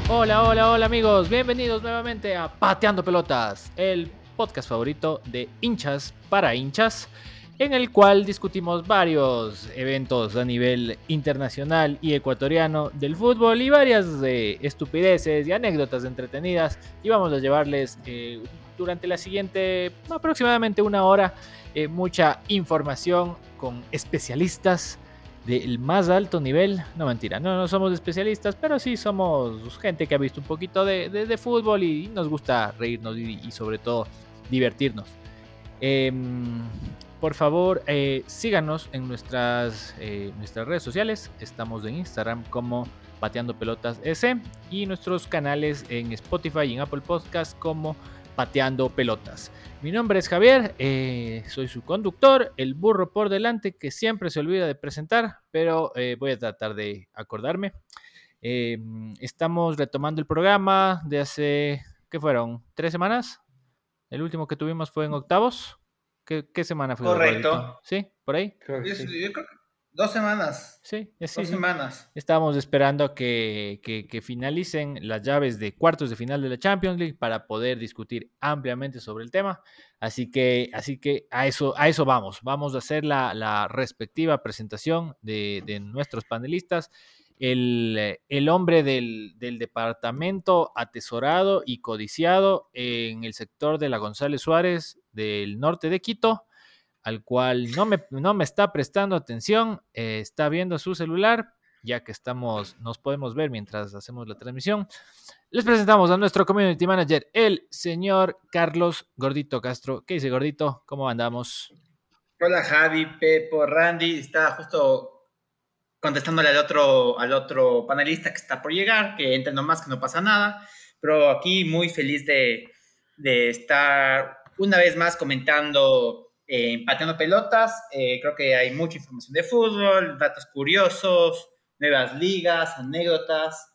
Hola, hola, hola amigos, bienvenidos nuevamente a Pateando Pelotas, el podcast favorito de hinchas para hinchas, en el cual discutimos varios eventos a nivel internacional y ecuatoriano del fútbol y varias estupideces y anécdotas entretenidas, y vamos a llevarles durante la siguiente aproximadamente una hora mucha información con especialistas del más alto nivel. No, mentira, no somos especialistas, pero sí somos gente que ha visto un poquito de fútbol y nos gusta reírnos y sobre todo divertirnos. Eh, por favor, síganos en nuestras redes sociales. Estamos en Instagram como Pateando Pelotas S y nuestros canales en Spotify y en Apple Podcast como Pateando Pelotas. Mi nombre es Javier, soy su conductor, el burro por delante que siempre se olvida de presentar, pero voy a tratar de acordarme. Estamos retomando el programa de hace, ¿qué fueron? ¿3 semanas? El último que tuvimos fue en octavos. ¿Qué semana fue, gordito? Correcto. ¿Sí? ¿Por ahí? Creo que sí. Yo creo que 2 semanas. Sí, Dos sí. semanas. Estábamos esperando que finalicen las llaves de cuartos de final de la Champions League para poder discutir ampliamente sobre el tema. Así que a eso vamos. Vamos a hacer la respectiva presentación de nuestros panelistas. El hombre del departamento atesorado y codiciado en el sector de la González Suárez del norte de Quito, al cual no me está prestando atención, está viendo su celular, ya que nos podemos ver mientras hacemos la transmisión. Les presentamos a nuestro community manager, el señor Carlos Gordito Castro. ¿Qué dice, Gordito? ¿Cómo andamos? Hola Javi, Pepo, Randy. Estaba justo contestándole al otro panelista que está por llegar, que entre nomás, que no pasa nada. Pero aquí muy feliz de estar una vez más comentando, pateando pelotas. Creo que hay mucha información de fútbol, datos curiosos, nuevas ligas, anécdotas.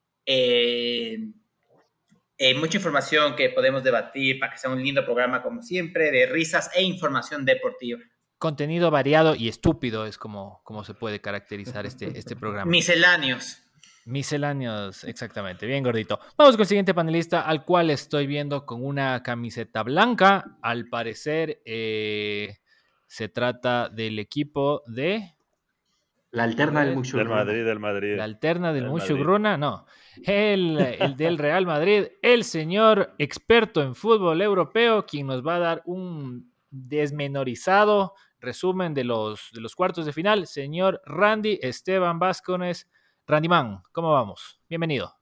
Eh, Mucha información que podemos debatir para que sea un lindo programa, como siempre, de risas e información deportiva. Contenido variado y estúpido es como se puede caracterizar este programa. Misceláneos. Misceláneos, exactamente. Bien, Gordito. Vamos con el siguiente panelista, al cual estoy viendo con una camiseta blanca. Al parecer, se trata del equipo de La a alterna del ver, Mushu Del Gruna. Madrid, del Madrid, la alterna del del Mushu Madrid. Gruna, no. El del Real Madrid, el señor experto en fútbol europeo, quien nos va a dar un desmenorizado resumen de los cuartos de final, señor Randy Esteban Vázquez. Randy Man, ¿cómo vamos? Bienvenido.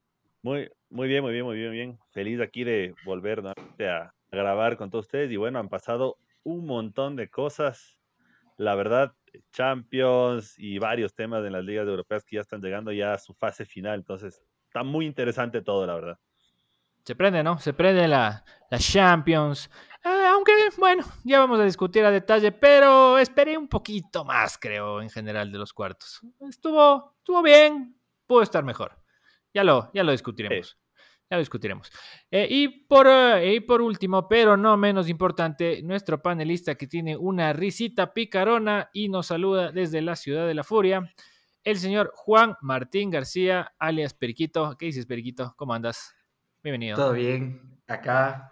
Muy bien, muy bien, muy bien, muy bien. Feliz aquí de volver nuevamente a grabar con todos ustedes. Y bueno, han pasado un montón de cosas. La verdad, Champions y varios temas en las ligas europeas que ya están llegando ya a su fase final. Entonces, está muy interesante todo, la verdad. Se prende, ¿no? Se prende la Champions. Aunque, bueno, ya vamos a discutir a detalle, pero esperé un poquito más, creo, en general de los cuartos. Estuvo bien, pudo estar mejor. Ya lo Sí. discutiremos. Ya lo discutiremos. Y por último, pero no menos importante, nuestro panelista que tiene una risita picarona y nos saluda desde la ciudad de la furia, el señor Juan Martín García, alias Periquito. ¿Qué dices, Periquito? ¿Cómo andas? Bienvenido. Todo bien. Acá,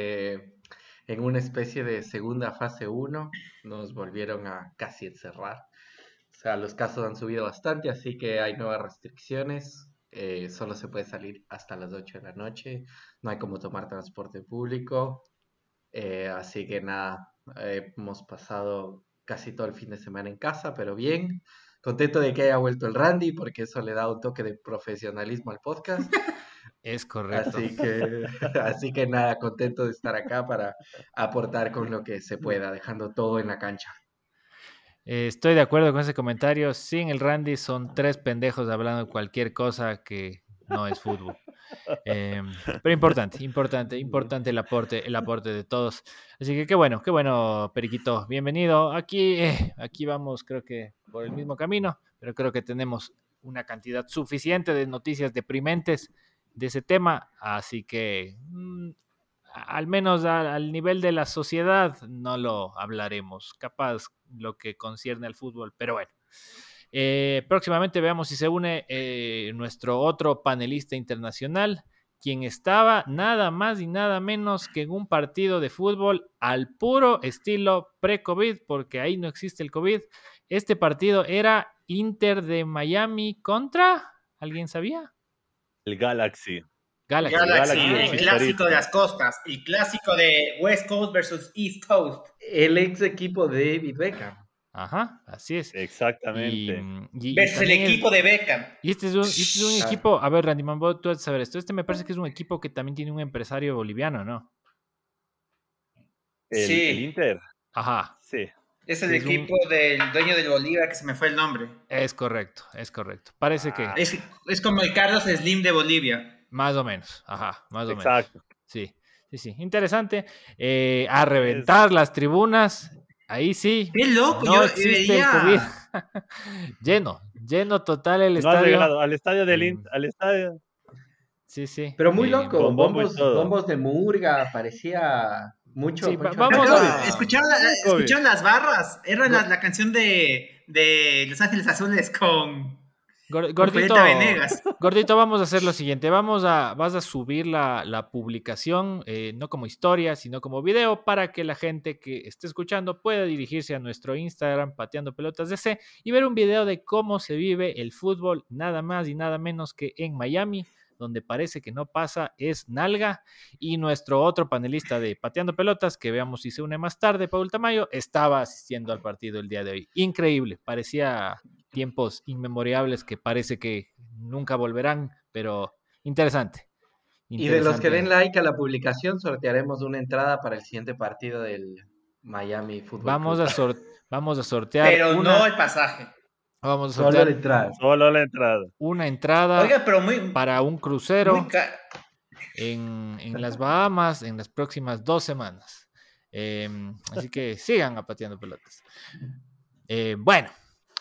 en una especie de segunda fase uno nos volvieron a casi encerrar. O sea, los casos han subido bastante, así que hay nuevas restricciones. Solo se puede salir hasta las 8 de la noche. No hay como tomar transporte público. Así que nada, hemos pasado casi todo el fin de semana en casa, pero bien. Contento de que haya vuelto el Randy, porque eso le da un toque de profesionalismo al podcast. Es correcto. Así que, así que nada, contento de estar acá para aportar con lo que se pueda, dejando todo en la cancha. Estoy de acuerdo con ese comentario. Sin el Randy son tres pendejos hablando de cualquier cosa que no es fútbol. Pero importante el aporte de todos. Así que qué bueno, Periquito, bienvenido. Aquí vamos, creo que por el mismo camino, pero creo que tenemos una cantidad suficiente de noticias deprimentes de ese tema, así que al menos al nivel de la sociedad no lo hablaremos, capaz lo que concierne al fútbol, pero bueno. Próximamente veamos si se une nuestro otro panelista internacional, quien estaba nada más y nada menos que en un partido de fútbol al puro estilo pre-COVID, porque ahí no existe el COVID. Este partido era Inter de Miami contra, ¿alguien sabía? El Galaxy. Galaxy. Galaxy, Galaxy del el clásico de Chicharito. las costas, el clásico de West Coast versus East Coast. El ex equipo de David Beckham. Ajá, así es. Y, Exactamente. y Versus el también es, equipo de Beckham. y este es un equipo, a ver, Randy Mambo, tú has de saber esto. Este me parece que es un equipo que también tiene un empresario boliviano, ¿no? El Sí, Inter. Ajá. Sí. es el Es un- equipo del dueño del Bolívar, que se me fue el nombre. Es correcto, es correcto. Parece que Es como el Carlos Slim de Bolivia. más o menos, ajá, más o menos. Exacto. Sí, sí, sí. Interesante. A Es, reventar las tribunas. Ahí sí. ¡Qué loco! No Yo existe el COVID. veía. Lleno total el no has estadio. llegado al estadio del Y- Inter, al estadio Sí, sí. Pero muy loco, con bombo y todo. bombos de murga, parecía mucho, Sí, mucho vamos acá. a- ¿Escucharon las barras? Era Go- la canción de Los Ángeles Azules con Gordito, Julieta Venegas. Gordito, vamos a hacer lo siguiente. Vas a subir la publicación, no como historia, sino como video, para que la gente que esté escuchando pueda dirigirse a nuestro Instagram, Pateando Pelotas DC, y ver un video de cómo se vive el fútbol, nada más y nada menos que en Miami, donde parece que no pasa es Nalga. Y nuestro otro panelista de Pateando Pelotas, que veamos si se une más tarde, Paul Tamayo, estaba asistiendo al partido el día de hoy. Increíble, parecía tiempos inmemorables que parece que nunca volverán, pero interesante. Y de los que Interesante. den like a la publicación, sortearemos una entrada para el siguiente partido del Miami Fútbol Vamos Club. vamos a sortear Pero no el pasaje. vamos a Solo la sortear entrada. Solo la entrada. una entrada Oiga, pero muy para un crucero ca- en las Bahamas en las próximas 2 semanas. Así que sigan a Pateando Pelotas. Bueno,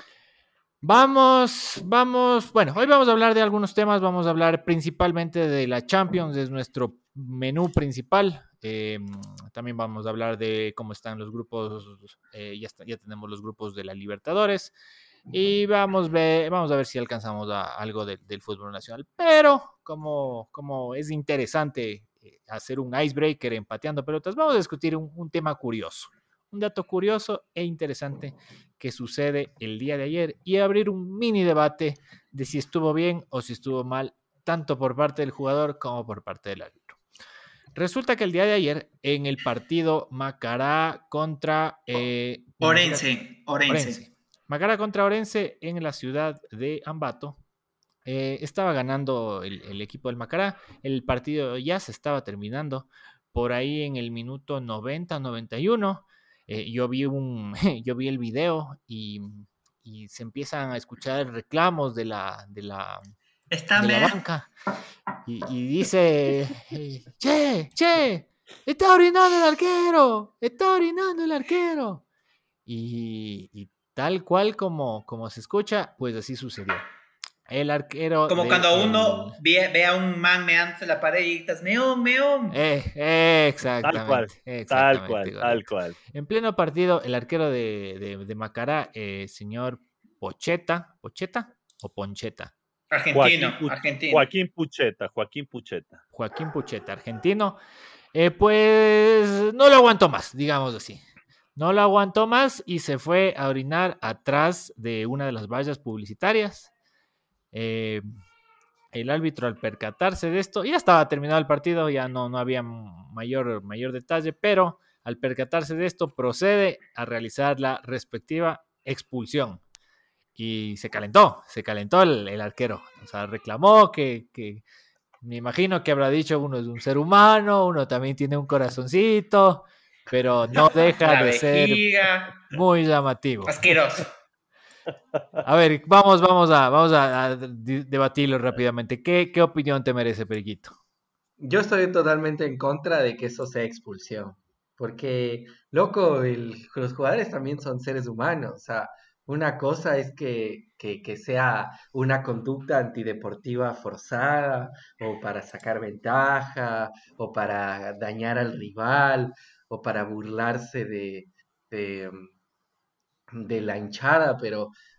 vamos, bueno, hoy vamos a hablar de algunos temas, vamos a hablar principalmente de la Champions, es nuestro menú principal. También vamos a hablar de cómo están los grupos, ya tenemos los grupos de la Libertadores y vamos a ver si alcanzamos algo del fútbol nacional. Pero como es interesante hacer un icebreaker en Pateando Pelotas, vamos a discutir un tema curioso, un dato curioso e interesante que sucede el día de ayer y abrir un mini debate de si estuvo bien o si estuvo mal, tanto por parte del jugador como por parte del árbitro. Resulta que el día de ayer, en el partido Macará contra Orense. Macará contra Orense en la ciudad de Ambato, estaba ganando el equipo del Macará. El partido ya se estaba terminando. Por ahí en el minuto 90-91, yo vi el video y se empiezan a escuchar reclamos de la banca. Y dice, che, está orinando el arquero. Y tal cual como se escucha, pues así sucedió. El arquero. Como cuando uno ve a un man meándose la pared y gritas, meón. Exactamente. Tal cual. En pleno partido, el arquero de Macará, señor ¿Pocheta o Poncheta? Argentino. Joaquín Pucheta. Joaquín Pucheta, argentino. Pues no lo aguantó más, digamos así. No lo aguantó más y se fue a orinar atrás de una de las vallas publicitarias. El árbitro, al percatarse de esto, ya estaba terminado el partido, ya no había mayor detalle, pero al percatarse de esto procede a realizar la respectiva expulsión. Y se calentó el arquero. O sea, reclamó que me imagino que habrá dicho, uno es un ser humano, uno también tiene un corazoncito, pero no deja de ser muy llamativo. Asqueroso. A ver, vamos a debatirlo rápidamente. ¿Qué opinión te merece, Periquito? Yo estoy totalmente en contra de que eso sea expulsión. Porque, loco, los jugadores también son seres humanos. O sea, una cosa es que sea una conducta antideportiva forzada, o para sacar ventaja, o para dañar al rival, o para burlarse de la hinchada, pero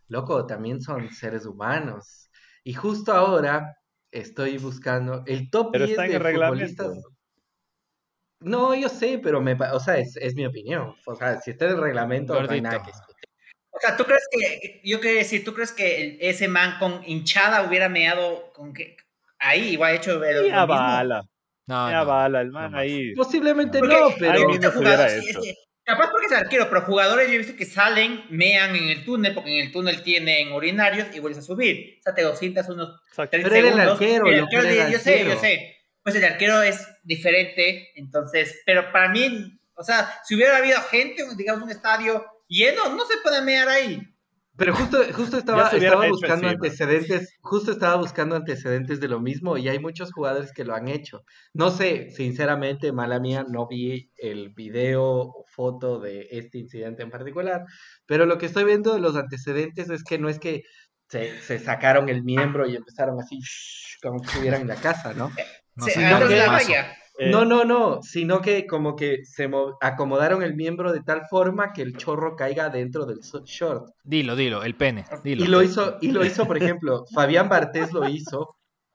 loco, también son seres humanos. Y justo ahora estoy buscando el top Pero 10 está en el de futbolistas. reglamento. No, yo sé, pero o sea, es mi opinión. O sea, si está en el reglamento, no hay nada Gordito. que discutir. O sea, ¿tú crees que, yo quería decir, tú crees que ese man con hinchada hubiera meado con que ahí igual hecho Y lo mismo? avala, No, y no, avala, el no man más. ahí, Posiblemente Porque no, ahí he pero mismo visto se hubiera jugadores, hecho. capaz porque es arquero, pero jugadores yo he visto que salen, mean en el túnel, porque en el túnel tienen urinarios y vuelves a subir. O sea, te sientas unos Exacto. 30 pero era el segundos. arquero, El loco, arquero, era el yo sé, arquero. pues el arquero es diferente, entonces, pero para mí, o sea, si hubiera habido gente, digamos, un estadio lleno, no se puede mear ahí. Pero justo Ya se hubieran estaba hecho buscando encima. antecedentes, justo estaba buscando antecedentes de lo mismo y hay muchos jugadores que lo han hecho. No sé, sinceramente, mala mía, no vi el video o foto de este incidente en particular, pero lo que estoy viendo de los antecedentes es que no es que se sacaron el miembro y empezaron así, como si estuvieran en la casa, ¿no? No Sino sacaron Atrás de el la que mazo. valla. no, sino que como que acomodaron el miembro de tal forma que el chorro caiga dentro del short. Dilo, el pene, Y dilo. lo hizo, por ejemplo, Fabián Bartés lo hizo,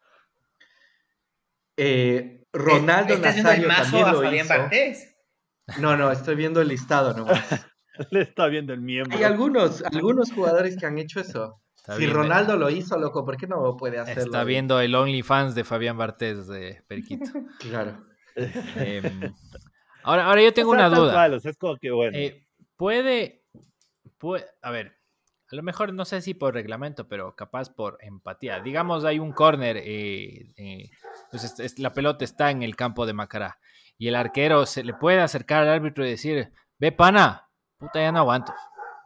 Ronaldo ¿Estás viendo el Nazario mazo también a lo Fabián hizo. Bartés? No, estoy viendo el listado nomás. Le está viendo el Hay miembro. algunos jugadores que han hecho eso. Está Si viendo, Ronaldo lo hizo, loco, ¿por qué no puede hacerlo está él? viendo el OnlyFans de Fabián Bartés de Periquito. Claro. Em, ahora yo O tengo sea, una tal duda. cual, o sea, es como que bueno. Puede, a ver, a lo mejor no sé si por reglamento, pero capaz por empatía. Digamos, hay un córner, pues la pelota está en el campo de Macará y el arquero se le puede acercar al árbitro y decir, ve pana, puta, ya no aguanto.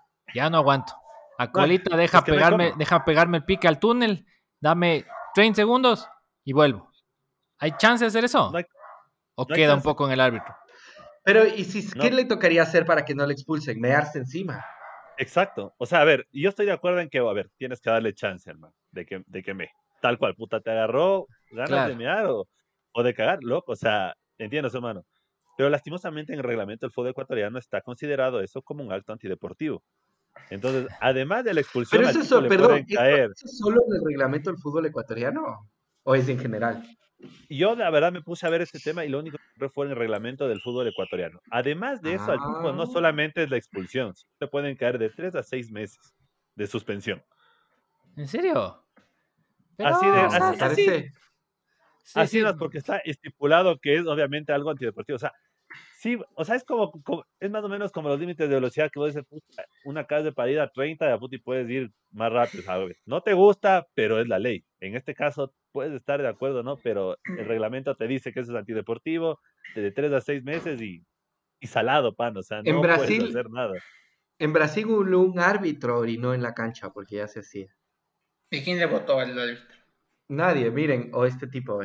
A No, colita, es que no hay cómo. deja pegarme el pique al túnel, dame 30 segundos y vuelvo. ¿Hay chance de hacer eso? No hay, ¿O no hay queda un chance. poco en el árbitro? Pero, ¿y si qué No, le tocaría hacer para que no le expulsen? Mearse encima. exacto. O sea, a ver, yo estoy de acuerdo en que, a ver, tienes que darle chance, hermano, de que me. Tal cual, puta, te agarró ganas de Claro. mear o de cagar, loco. O sea, entiendes, hermano. Pero lastimosamente en el reglamento del fútbol ecuatoriano está considerado eso como un acto antideportivo. Entonces, además de la expulsión, Pero al eso tipo es, le perdón, pueden caer. ¿eso es solo en el reglamento del fútbol ecuatoriano? ¿O es en general? Yo, la verdad, me puse a ver este tema y lo único que encontré fue en el reglamento del fútbol ecuatoriano. Además de eso, al tipo no Ah. solamente es la expulsión, sino le pueden caer de 3 a 6 meses de suspensión. ¿En serio? Pero, Así de, o No, sea, me así, parece. sí, así sí. no es porque está estipulado que es obviamente algo antideportivo. O sea, sí, o sea, es es más o menos como los límites de velocidad que vos dices, puta, una calle para ir a 30 de a puta y puedes ir más rápido, ¿sabes? No te gusta, pero es la ley. En este caso, puedes estar de acuerdo, ¿no? Pero el reglamento te dice que eso es antideportivo, de 3 a 6 meses y salado, pan, o sea, En no puedes Brasil, hacer nada. en Brasil un árbitro orinó en la cancha porque ya se hacía. ¿Y quién le votó al árbitro? Nadie, miren, o este tipo,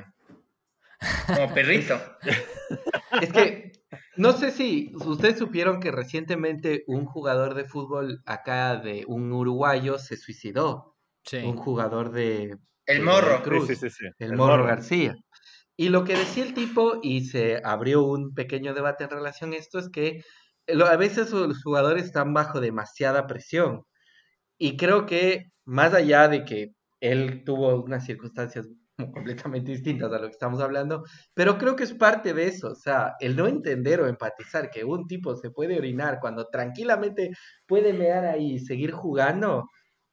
Como perrito. Es que no sé si ustedes supieron que recientemente un jugador de fútbol acá de un uruguayo se suicidó. Un Sí. jugador El de Godoy morro. Sí, sí, Cruz, sí, sí, el el Morro morro. García. Y lo que decía el tipo, y se abrió un pequeño debate en relación a esto, es que a veces los jugadores están bajo demasiada presión. Y creo que más allá de que él tuvo unas circunstancias completamente distintas a lo que estamos hablando, pero creo que es parte de eso, o sea, el no entender o empatizar que un tipo se puede orinar cuando tranquilamente puede mear ahí y seguir jugando,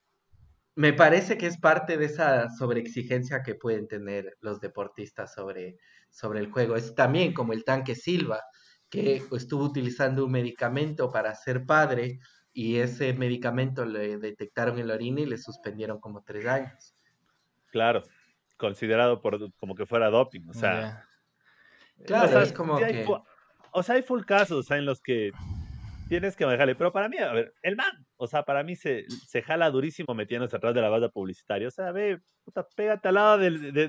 me parece que es parte de esa sobreexigencia que pueden tener los deportistas sobre el juego. Es también como el Tanque Silva, que estuvo utilizando un medicamento para ser padre y ese medicamento le detectaron en la orina y le suspendieron como 3 años. Claro, considerado como que fuera doping, o sea, Ya. o Claro, sea, es sí como hay, que, o sea, hay full casos, o sea, en los que tienes que manejarle. Pero para mí, a ver, el man, o sea, para mí se jala durísimo metiéndose atrás de la valla publicitaria. O sea, ve, puta, pégate al lado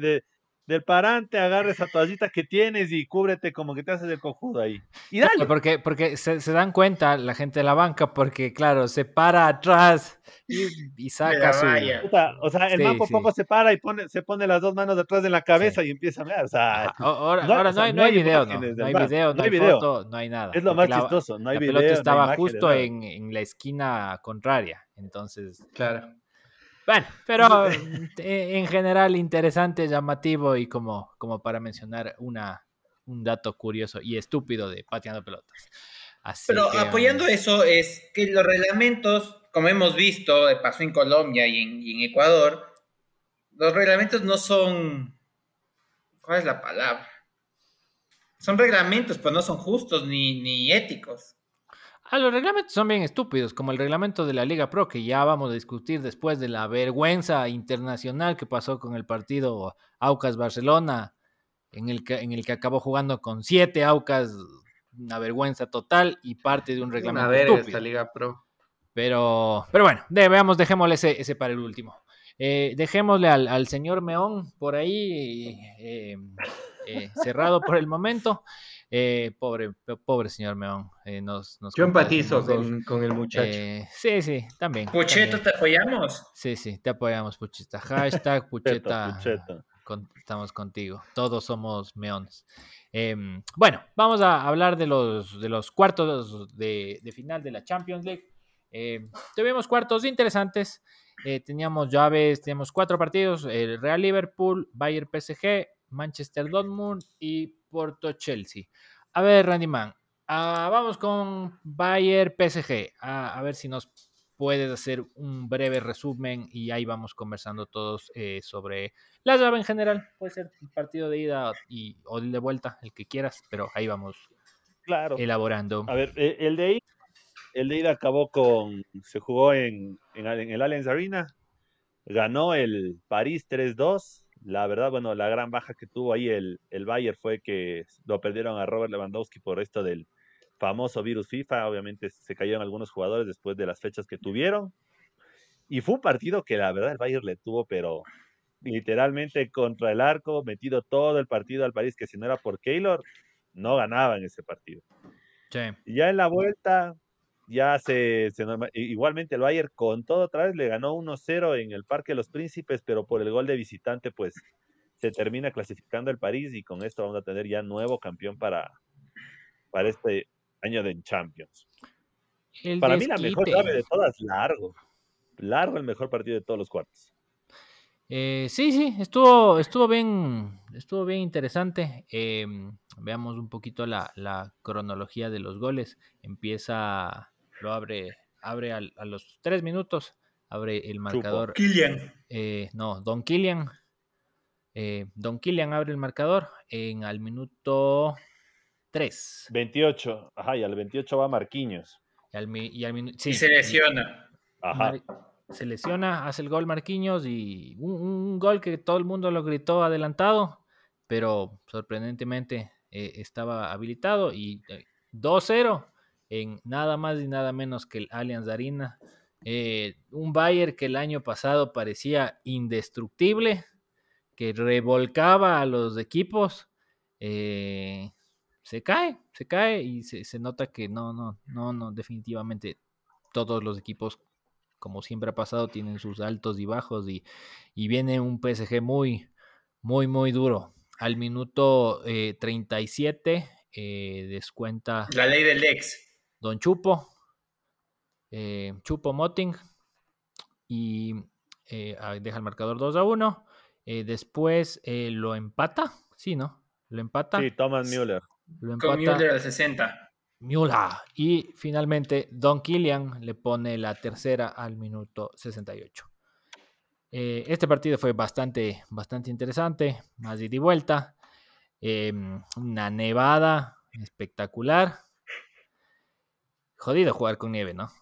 del parante, agarra esa toallita que tienes y cúbrete como que te haces el cojudo ahí. Y Claro, dale. porque se dan cuenta la gente de la banca, porque claro, se para atrás y De saca la su... valla. Puta, o sea, el man Sí, por sí, poco se para y se pone las dos manos detrás de la sí. cabeza y empieza a hablar. O sea, Ajá. Ahora o sea, no no hay hay video, no. imágenes No del hay man, video, no no hay hay video. foto, no hay nada. Es lo Porque más chistoso, no hay la pelota video, no hay estaba imágenes, justo nada. en la esquina contraria. Entonces, Claro. bueno, pero en general interesante, llamativo y como para mencionar un dato curioso y estúpido de pateando pelotas. Así Pero que, apoyando eso, es que los reglamentos, como hemos visto, pasó en Colombia y en Ecuador, los reglamentos no son, ¿cuál es la palabra? Son reglamentos, pues no son justos ni éticos. los reglamentos son bien estúpidos, como el reglamento de la Liga Pro, que ya vamos a discutir después de la vergüenza internacional que pasó con el partido Aucas-Barcelona, en el que acabó jugando con 7 Aucas, una vergüenza total y parte de un Una reglamento verga esta estúpido. Liga Pro. Pero bueno, dejémosle ese para el último. Dejémosle al señor Meón por ahí, cerrado por el momento. Pobre señor Meón, nos Yo empatizo compadecemos de él. con el muchacho. Sí, también. Pucheto, ¿te apoyamos? Sí, te apoyamos, Puchita. Hashtag Pucheto, Pucheta, Pucheto. estamos contigo. Todos somos meones. Bueno, vamos a hablar de los cuartos de final de la Champions League. Tuvimos cuartos interesantes. Teníamos llaves, teníamos 4 partidos: el Real Liverpool, Bayern PSG, Manchester Dortmund y Porto Chelsea. A ver, Randy Man, vamos con Bayern PSG. A ver si nos puedes hacer un breve resumen y ahí vamos conversando todos sobre la llave en general. Puede ser el partido de ida o el de vuelta, el que quieras, pero ahí vamos Claro. elaborando. A ver, el de ida se jugó en el Allianz Arena, ganó el París 3-2. La verdad, bueno, la gran baja que tuvo ahí el Bayern fue que lo perdieron a Robert Lewandowski por esto del famoso virus FIFA. Obviamente se cayeron algunos jugadores después de las fechas que tuvieron. Y fue un partido que la verdad el Bayern le tuvo, pero literalmente contra el arco, metido todo el partido al París, que si no era por Keylor, no ganaba en ese partido. Sí. Y ya en la vuelta, igualmente el Bayern con todo otra vez le ganó 1-0 en el Parque de los Príncipes, pero por el gol de visitante, pues se termina clasificando el París y con esto vamos a tener ya nuevo campeón para este año de Champions. El Para mí la mejor desquite. llave de todas, largo el mejor partido de todos los cuartos. Sí, estuvo bien interesante. Veamos un poquito la cronología de los goles. Lo abre a los 3 minutos, abre el marcador. Kylian. No, Don Kylian. Don Kylian abre el marcador al minuto 3. 28, ajá, y al 28 va Marquinhos. Y se lesiona. Ajá. Se lesiona, hace el gol Marquinhos y un gol que todo el mundo lo gritó adelantado, pero sorprendentemente estaba habilitado y 2-0 en nada más y nada menos que el Allianz Arena. Un Bayern que el año pasado parecía indestructible, que revolcaba a los equipos, se cae y se nota que no, definitivamente todos los equipos, como siempre ha pasado, tienen sus altos y bajos y viene un PSG muy duro. Al minuto 37 descuenta La ley del ex. Don Chupo Moting y deja el marcador 2-1. Después lo empata, sí, ¿no? Lo empata. Sí, Thomas Müller. Lo Con empata Müller al 60. Müller. Y finalmente Don Kylian le pone la tercera al minuto 68. Este partido fue bastante interesante, más ida y vuelta. Una nevada espectacular. Jodido jugar con nieve, ¿no?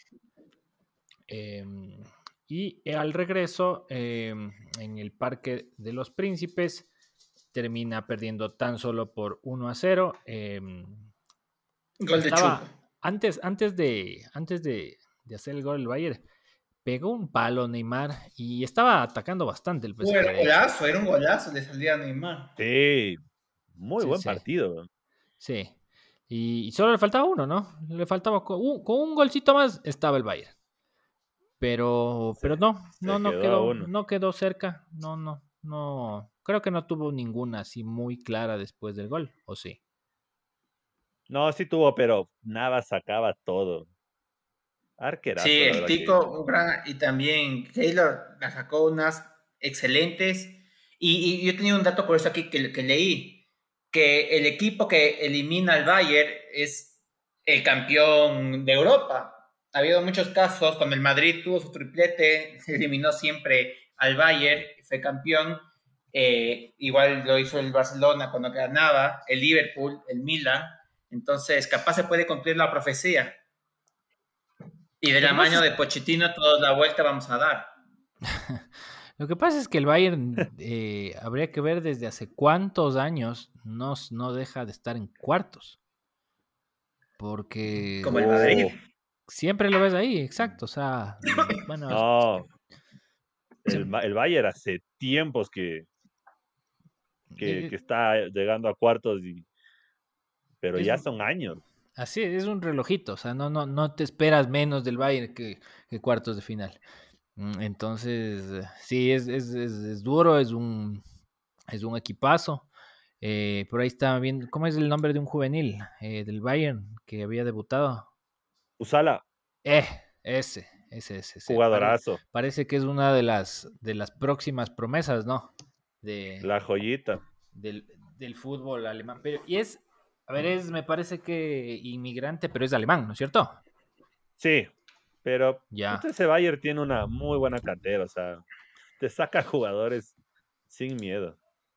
Y al regreso, en el Parque de los Príncipes, termina perdiendo tan solo por 1-0. Gol de Chupo. Antes de hacer el gol el Bayern, pegó un palo Neymar y estaba atacando bastante el PSG. Era un golazo, le salía a Neymar. Sí, muy Sí, buen sí. partido. Sí. Y solo le faltaba uno, ¿no? Le faltaba con un golcito más estaba el Bayern. Pero no quedó cerca. No. Creo que no tuvo ninguna así muy clara después del gol, ¿o sí? No, sí tuvo, pero Navas sacaba todo. Arquerazo, Sí, la el verdad que. Tico, un gran, y también Taylor la sacó unas excelentes. Y yo tenía un dato curioso aquí que leí, que el equipo que elimina al Bayern es el campeón de Europa. Ha habido muchos casos, cuando el Madrid tuvo su triplete, se eliminó siempre al Bayern, y fue campeón. Igual lo hizo el Barcelona cuando ganaba, el Liverpool, el Milan. Entonces, capaz se puede cumplir la profecía. Y de Lo la que pasa mano es, de Pochettino, toda la vuelta vamos a dar. lo que pasa es que el Bayern habría que ver desde hace cuántos años no deja de estar en cuartos. Porque Como el Madrid. Uf, siempre lo ves ahí, exacto. O sea, bueno, no, se- el Bayern hace tiempos que eh, está llegando a cuartos, pero es, ya son años. así es un relojito. O sea, no te esperas menos del Bayern que cuartos de final. Entonces, sí, es duro, es un equipazo. Por ahí estaba viendo, ¿cómo es el nombre de un juvenil del Bayern que había debutado? Usala, Eh, ese. jugadorazo, Parece que es una de las próximas promesas, ¿no? De, la joyita. del, del fútbol alemán. Pero, a ver, me parece que inmigrante, pero es alemán, ¿no es cierto? Sí, pero Ya. ese Bayern tiene una muy buena cantera, o sea, te saca jugadores sin miedo.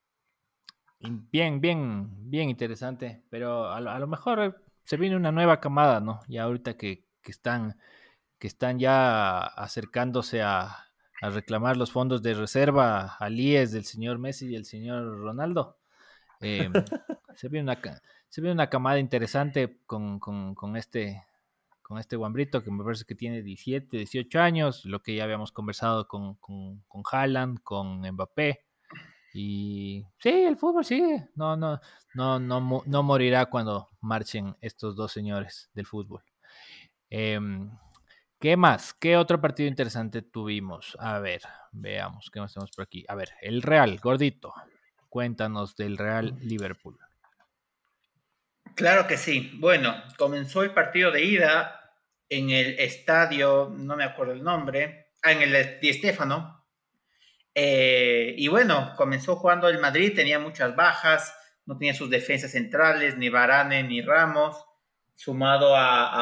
Bien interesante, pero a lo mejor se viene una nueva camada, ¿no? Ya ahorita que están ya acercándose a reclamar los fondos de reserva alíes del señor Messi y el señor Ronaldo. eh, se ve una camada interesante con este Guambrito, que me parece que tiene 17, 18 años, lo que ya habíamos conversado con Haaland, con Mbappé. Y sí, el fútbol sigue. No morirá cuando marchen estos dos señores del fútbol. Em, ¿Qué más? ¿Qué otro partido interesante tuvimos? A ver, veamos qué más tenemos por aquí. A ver, el Real, gordito. Cuéntanos del Real Liverpool. Claro que sí. Bueno, comenzó el partido de ida en el estadio, no me acuerdo el nombre, en el Di Stéfano. Y bueno, comenzó jugando el Madrid, tenía muchas bajas, no tenía sus defensas centrales, ni Varane ni Ramos, sumado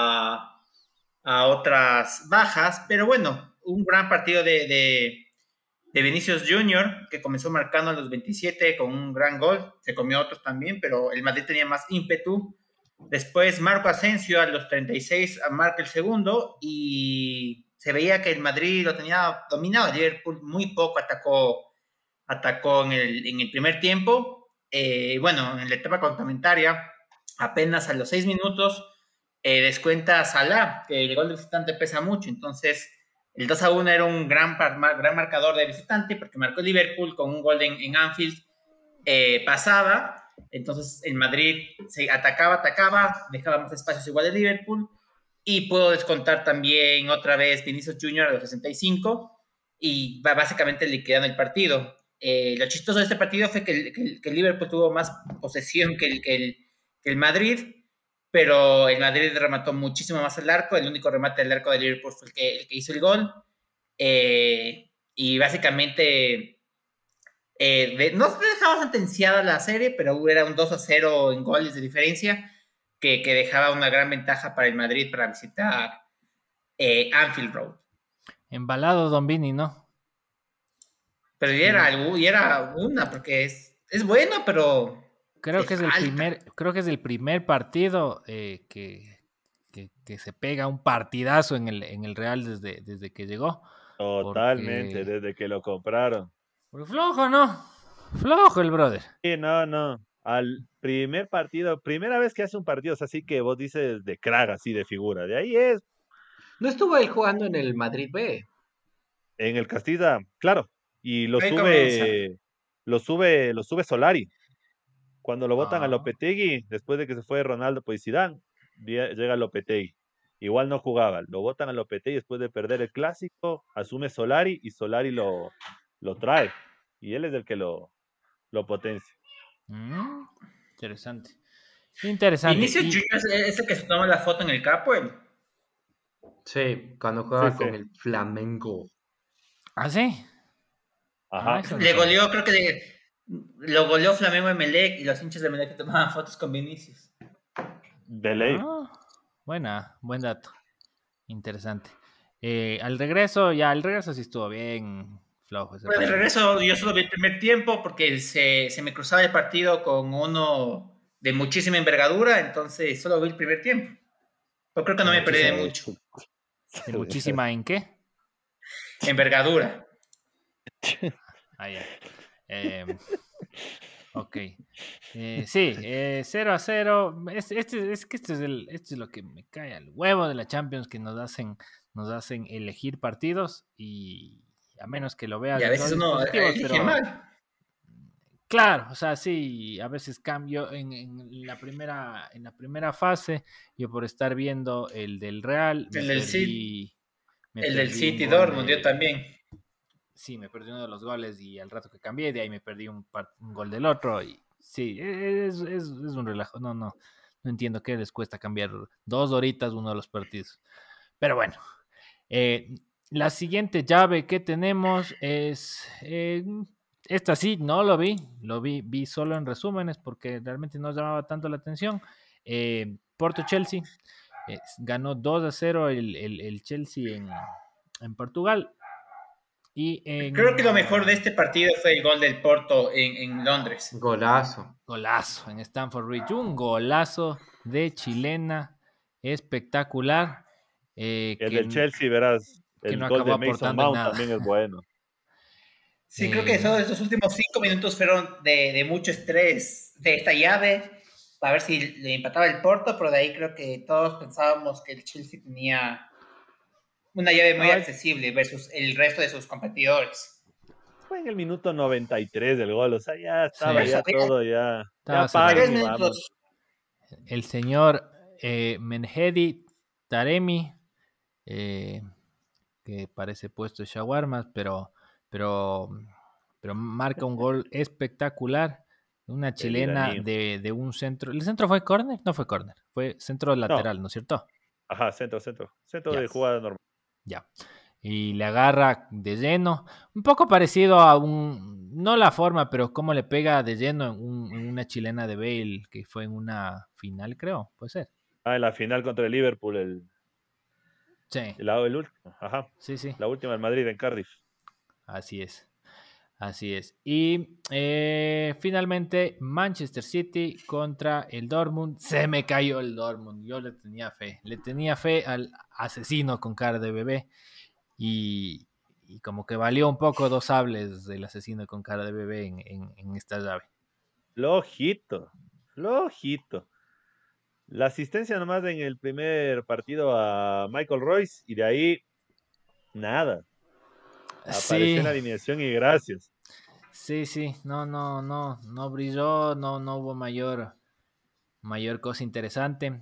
a otras bajas, pero bueno, un gran partido de Vinicius Junior, que comenzó marcando a los 27 con un gran gol, se comió otros también, pero el Madrid tenía más ímpetu. Después Marco Asensio a los 36 marca el segundo y se veía que el Madrid lo tenía dominado. El Liverpool muy poco atacó en el primer tiempo. Bueno, en la etapa complementaria, apenas a los 6 minutos, descuenta Salah, que el gol de visitante pesa mucho, entonces el 2-1 era un gran marcador de visitante porque marcó el Liverpool con un gol en Anfield, pasaba, entonces el Madrid se atacaba, dejaba más espacios igual de Liverpool y pudo descontar también otra vez Vinicius Junior a los 65 y va básicamente liquidando el partido. Lo chistoso de este partido fue que el Liverpool tuvo más posesión que el Madrid, pero el Madrid remató muchísimo más el arco. El único remate del arco de Liverpool fue el que hizo el gol. Y básicamente no se dejaba sentenciada la serie, pero era un 2-0 en goles de diferencia que dejaba una gran ventaja para el Madrid para visitar Anfield Road. Embalado Don Vini, ¿no? Pero ya era una, porque es bueno, pero Creo le que falta. creo que es el primer partido que se pega un partidazo en el Real desde que llegó. Totalmente, Porque, desde que lo compraron. porque flojo, ¿no? Flojo el brother. Sí, no. Al primer partido, primera vez que hace un partido, o sea, así que vos dices de crack, así de figura. De ahí es, No estuvo él jugando en el Madrid B. en el Castilla, claro. Y lo Ahí comienza. sube, lo sube Solari. Cuando lo votan a Ah, Lopetegui, después de que se fue Ronaldo, pues Zidane, llega Lopetegui. Igual no jugaba, lo votan a Lopetegui después de perder el clásico, asume Solari y Solari lo trae. Y él es el que lo potencia. mm, interesante. Interesante. Vinicius Junior es el que se toma la foto en el capo. Sí, cuando jugaba Sí, con sí. el Flamengo. ¿Ah, sí? Ajá. Eso no Le sabía. goleó, creo que lo goleó Flamengo Emelec y los hinchas de Emelec que tomaban fotos con Vinicius. De ley. Ah, buen dato. Interesante. Al regreso sí estuvo bien flojo ese Bueno, de partido. regreso yo solo vi el primer tiempo porque se me cruzaba el partido con uno de muchísima envergadura, entonces solo vi el primer tiempo. Pero creo que De no me perdí de muchísima, mucho. de muchísima ¿en qué? Envergadura. Ah, ya. Ok. Sí, 0-0. Es que esto es lo que me cae al huevo de la Champions, que nos hacen elegir partidos y a menos que lo veas Y a en dos veces uno dispositivos, elige pero mal. claro, o sea, sí, a veces cambio en la primera fase, yo por estar viendo el del Real me El del City, perdí, me el del perdí un City gol Dortmund, yo de, también. sí, me perdí uno de los goles y al rato que cambié, de ahí me perdí un gol del otro. Y sí, es un relajo. No entiendo qué les cuesta cambiar 2 horitas uno de los partidos. Pero bueno, eh, la siguiente llave que tenemos es. Esta sí, no vi solo en resúmenes porque realmente no llamaba tanto la atención. Porto-Chelsea. Ganó 2-0 el Chelsea en Portugal. Y Creo que lo en mejor de este partido fue el gol del Porto en Londres. Golazo. golazo en Stamford Bridge, un golazo de chilena espectacular El del Chelsea, verás, que el no gol acabó de Mason aportando en Mount nada. también es bueno. Sí, creo que Eh, esos últimos 5 minutos fueron de mucho estrés de esta llave, para ver si le empataba el Porto, pero de ahí creo que todos pensábamos que el Chelsea tenía una llave muy No, accesible versus el resto de sus competidores. fue en el minuto 93 del gol, o sea, ya sí, estaba ya todo, ya, estaba ya cerrado. Tres paguen y vamos. minutos. El señor Menhedi Taremi, eh, que parece puesto de shawarmas, pero, pero marca un gol espectacular. Una El chilena iraní. de un centro. ¿El centro fue córner? No fue córner, fue centro No, lateral, ¿no es cierto? ajá, centro Ya, de jugada normal. ya. Y le agarra de lleno. Un poco parecido a no la forma, pero cómo le pega de lleno en una chilena de Bale, que fue en una final, creo, puede ser. Ah, en la final contra el Liverpool, Sí, el último, ajá, sí, sí. la última en Madrid, en Cardiff. Así es. Así es. Y finalmente, Manchester City contra el Dortmund. Se me cayó el Dortmund. Yo le tenía fe. Le tenía fe al asesino con cara de bebé. Y como que valió un poco 2 sables del asesino con cara de bebé en esta llave. Flojito, flojito. La asistencia nomás en el primer partido a Michael Royce y de ahí nada. Apareció en Sí, la alineación y gracias. sí, sí. No brilló. No hubo mayor cosa interesante.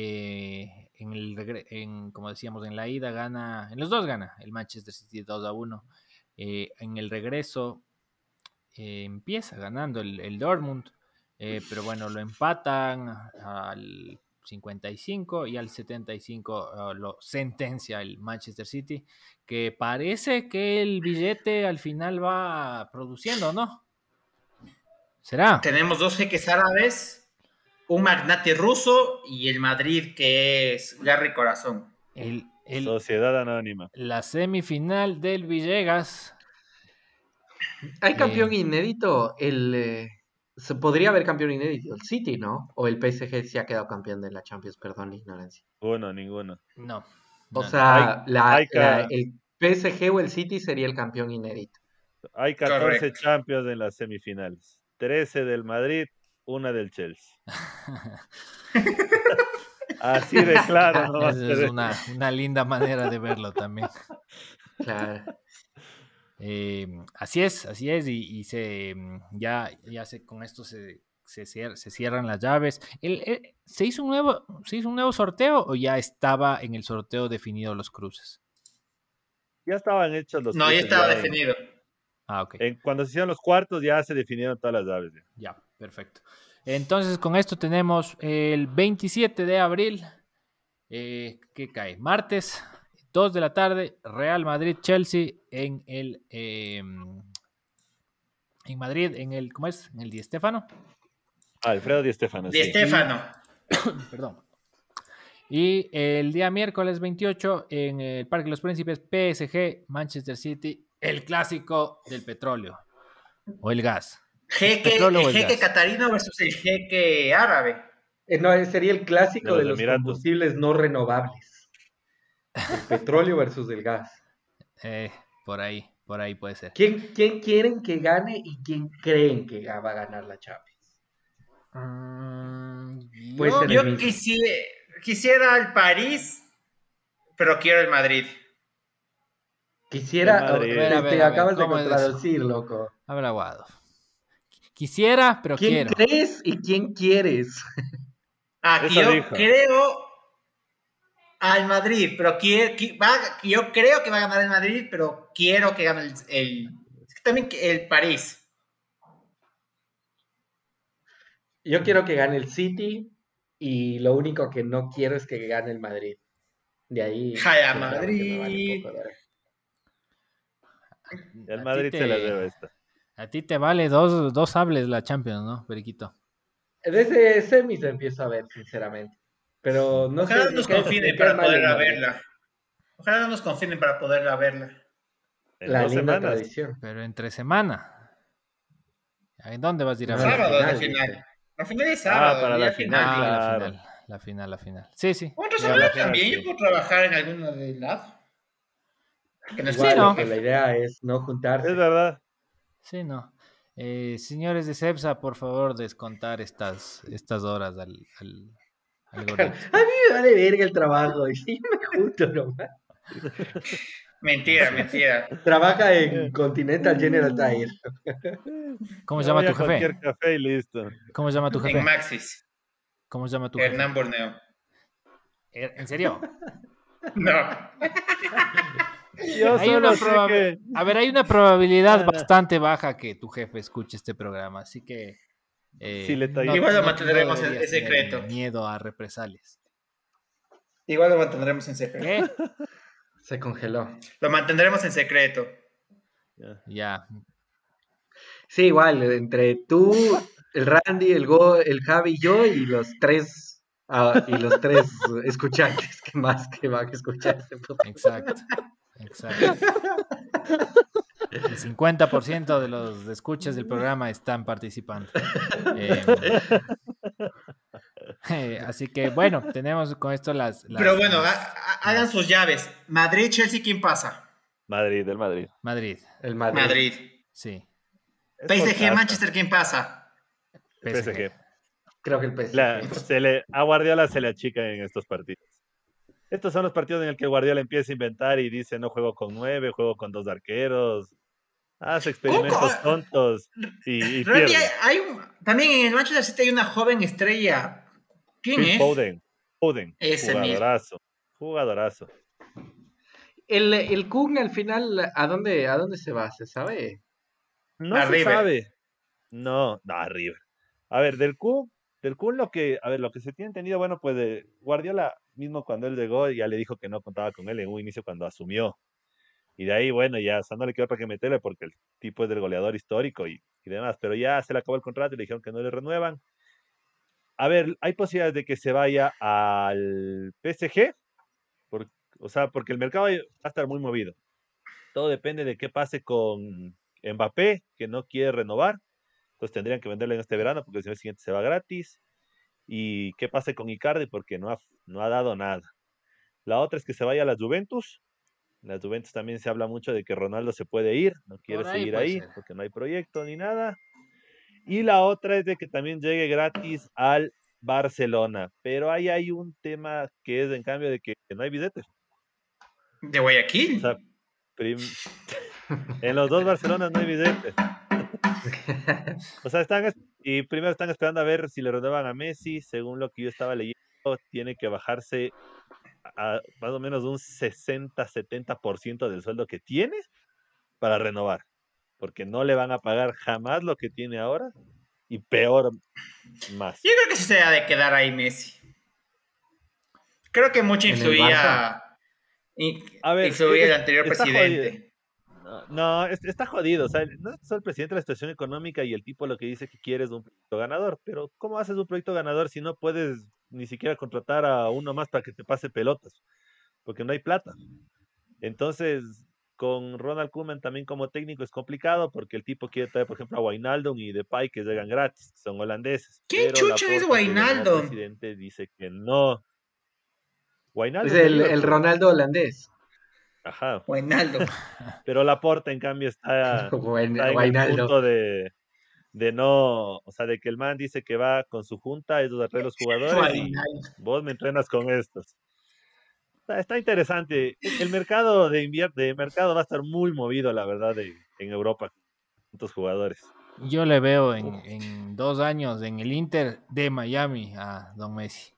Como decíamos, en la ida gana, en los dos gana el Manchester City 2-1. En el regreso empieza ganando el Dortmund, pero bueno, lo empatan al 55 y al 75 lo sentencia el Manchester City, que parece que el billete al final va produciendo, ¿no? ¿Será? Tenemos dos jeques árabes, un magnate ruso y el Madrid que es Garry Corazón. Sociedad Anónima. La semifinal del Villegas. Hay eh, campeón inédito. Se podría haber campeón inédito. El City, ¿no? O el PSG sí ha quedado campeón de la Champions, perdón la ignorancia. Uno, ninguno. no, O no. Hay, sea, hay, ca- el PSG o el City sería el campeón inédito. hay 14 Correcto. Champions en las semifinales. 13 del Madrid, una del Chelsea. Así de claro no va a Esa es ser esto. una linda manera de verlo también. Claro. Así es, y con esto se cierran las llaves. ¿Se hizo un nuevo sorteo o ya estaba en el sorteo definido los cruces? Ya estaban hechos los No, ya cruces. estaba definido. Ah, ok. Cuando se hicieron los cuartos ya se definieron todas las llaves. Ya. Ya, perfecto. Entonces, con esto tenemos el 27 de abril, que cae martes. 2 de la tarde, Real Madrid-Chelsea en el... en Madrid, en el... ¿Cómo es? En el Di Stéfano. Alfredo Di Stéfano, Di sí. Stéfano. Perdón. Y el día miércoles 28 en el Parque de los Príncipes, PSG, Manchester City, el clásico del petróleo o el gas. El jeque catarino versus el jeque árabe. No, sería el clásico De de los los Emiratos. combustibles no renovables. El petróleo versus el gas. Por ahí puede ser. ¿Quién quieren que gane y quién creen que va a ganar la Champions? Puede ser el Yo mismo. quisiera el París, pero quiero el Madrid. Quisiera, El Madrid. te acabas de ¿cómo es eso? contradecir, loco. Habla aguado. Quisiera, pero ¿Quién quiero. crees y quién quieres? Aquí Eso yo dijo. creo al Madrid, pero yo creo que va a ganar el Madrid, pero quiero que gane también el París. Yo quiero que gane el City y lo único que no quiero es que gane el Madrid. De ahí, Jala sinceramente, me vale Madrid. poco de oreja. El Madrid se la debe esta. A ti te vale dos sables la Champions, ¿no, Periquito? Desde semis empiezo a ver, sinceramente. Pero no Ojalá sé, no nos confinen para poderla verla. Ojalá no nos confinen para poderla verla. En La 2 linda semanas. tradición. Pero entre semana. ¿En dónde vas a ir a No, ver? la Sábado es la final, final. dice. La final es sábado, para el día la final, final. claro. La final. Sí. Otra Ya, semana la final, también. sí. Yo puedo trabajar en alguno de lado. Que no es Igual, ¿no? loco, la idea es no juntarse. Es verdad. Sí, no. Señores de CEPSA, por favor, descontar estas horas al gordito. A mí me vale verga el trabajo. Y sí, me junto nomás. Mentira. Trabaja en Continental General Tire. ¿Cómo se Me llama voy tu a cualquier jefe? café y listo. ¿Cómo se llama tu En jefe? Maxis. ¿Cómo se llama tu jefe? Hernán Borneo. ¿En serio? No. Yo Hay solo una sé probabilidad. que... A ver, hay una probabilidad Ah. bastante baja que tu jefe escuche este programa, así que Sí, le tallé. Igual lo mantendremos deberías en secreto. tener miedo a represalias. Igual lo mantendremos en secreto. ¿Qué? Se congeló. Lo mantendremos en secreto. Ya. Sí, igual, entre tú, el Randy, el Javi y yo, y los tres escuchantes que van a escuchar este podcast. Exacto. El 50% de los escuchas del programa están participando. Así que bueno, tenemos con esto las Pero bueno, hagan sus llaves. Madrid-Chelsea, ¿quién pasa? Madrid, el Madrid. Madrid. El Madrid. Madrid. Sí. Es por PSG, casa. Manchester, ¿quién pasa? PSG. Creo que el PSG. A Guardiola se le achica en estos partidos. Estos son los partidos en el que Guardiola empieza a inventar y dice, no juego con 9, juego con 2 arqueros. Hace experimentos tontos y Randy, pierde. también en el Manchester City hay una joven estrella. ¿Quién Phil es? Foden. Ese Jugadorazo. El Kun al final, ¿a dónde se va? ¿Se sabe? No A se River. sabe. No, River. A ver, del Kun lo que se tiene entendido, bueno, pues Guardiola mismo cuando él llegó ya le dijo que no contaba con él en un inicio cuando asumió. Y de ahí, bueno, ya no le quedó para que meterle porque el tipo es del goleador histórico y demás, pero ya se le acabó el contrato y le dijeron que no le renuevan. A ver, hay posibilidades de que se vaya al PSG, porque el mercado va a estar muy movido. Todo depende de qué pase con Mbappé, que no quiere renovar. Entonces tendrían que venderle en este verano porque el año siguiente se va gratis. Y qué pase con Icardi porque no ha dado nada. La otra es que se vaya a la Juventus. En la Juventus también se habla mucho de que Ronaldo se puede ir, no quiere seguir ahí porque no hay proyecto ni nada. Y la otra es de que también llegue gratis al Barcelona. Pero ahí hay un tema que es en cambio de que no hay billetes. ¿De Guayaquil? O sea, en los dos Barcelonas no hay billetes. O sea, primero están esperando a ver si le renuevan a Messi. Según lo que yo estaba leyendo, tiene que bajarse a más o menos un 60-70% del sueldo que tiene para renovar. Porque no le van a pagar jamás lo que tiene ahora y peor más. Yo creo que sí se ha de quedar ahí Messi. Creo que mucho ¿En el influía. A ver, Influye el anterior está presidente. jodido. No, está jodido. O sea, no es solo el presidente de la situación económica y el tipo lo que dice que quiere es un proyecto ganador. Pero ¿cómo haces un proyecto ganador si no puedes ni siquiera contratar a uno más para que te pase pelotas? Porque no hay plata. Entonces, con Ronald Koeman también como técnico es complicado porque el tipo quiere traer, por ejemplo, a Wijnaldum y Depay que llegan gratis, que son holandeses. ¿Quién Pero chucha es Laporta, que es el nuevo Wijnaldum? presidente, dice que no. Es Wijnaldum de el Liverpool. Ronaldo holandés. Ajá. Wijnaldum. Pero Laporta, en cambio, está en el Wijnaldo. punto de no, o sea, de que el man dice que va con su junta, ellos atraen los jugadores y Wijnaldum. vos me entrenas con estos. Está interesante. El mercado de mercado va a estar muy movido, la verdad, en Europa con tantos jugadores. Yo le veo en 2 años en el Inter de Miami a Don Messi.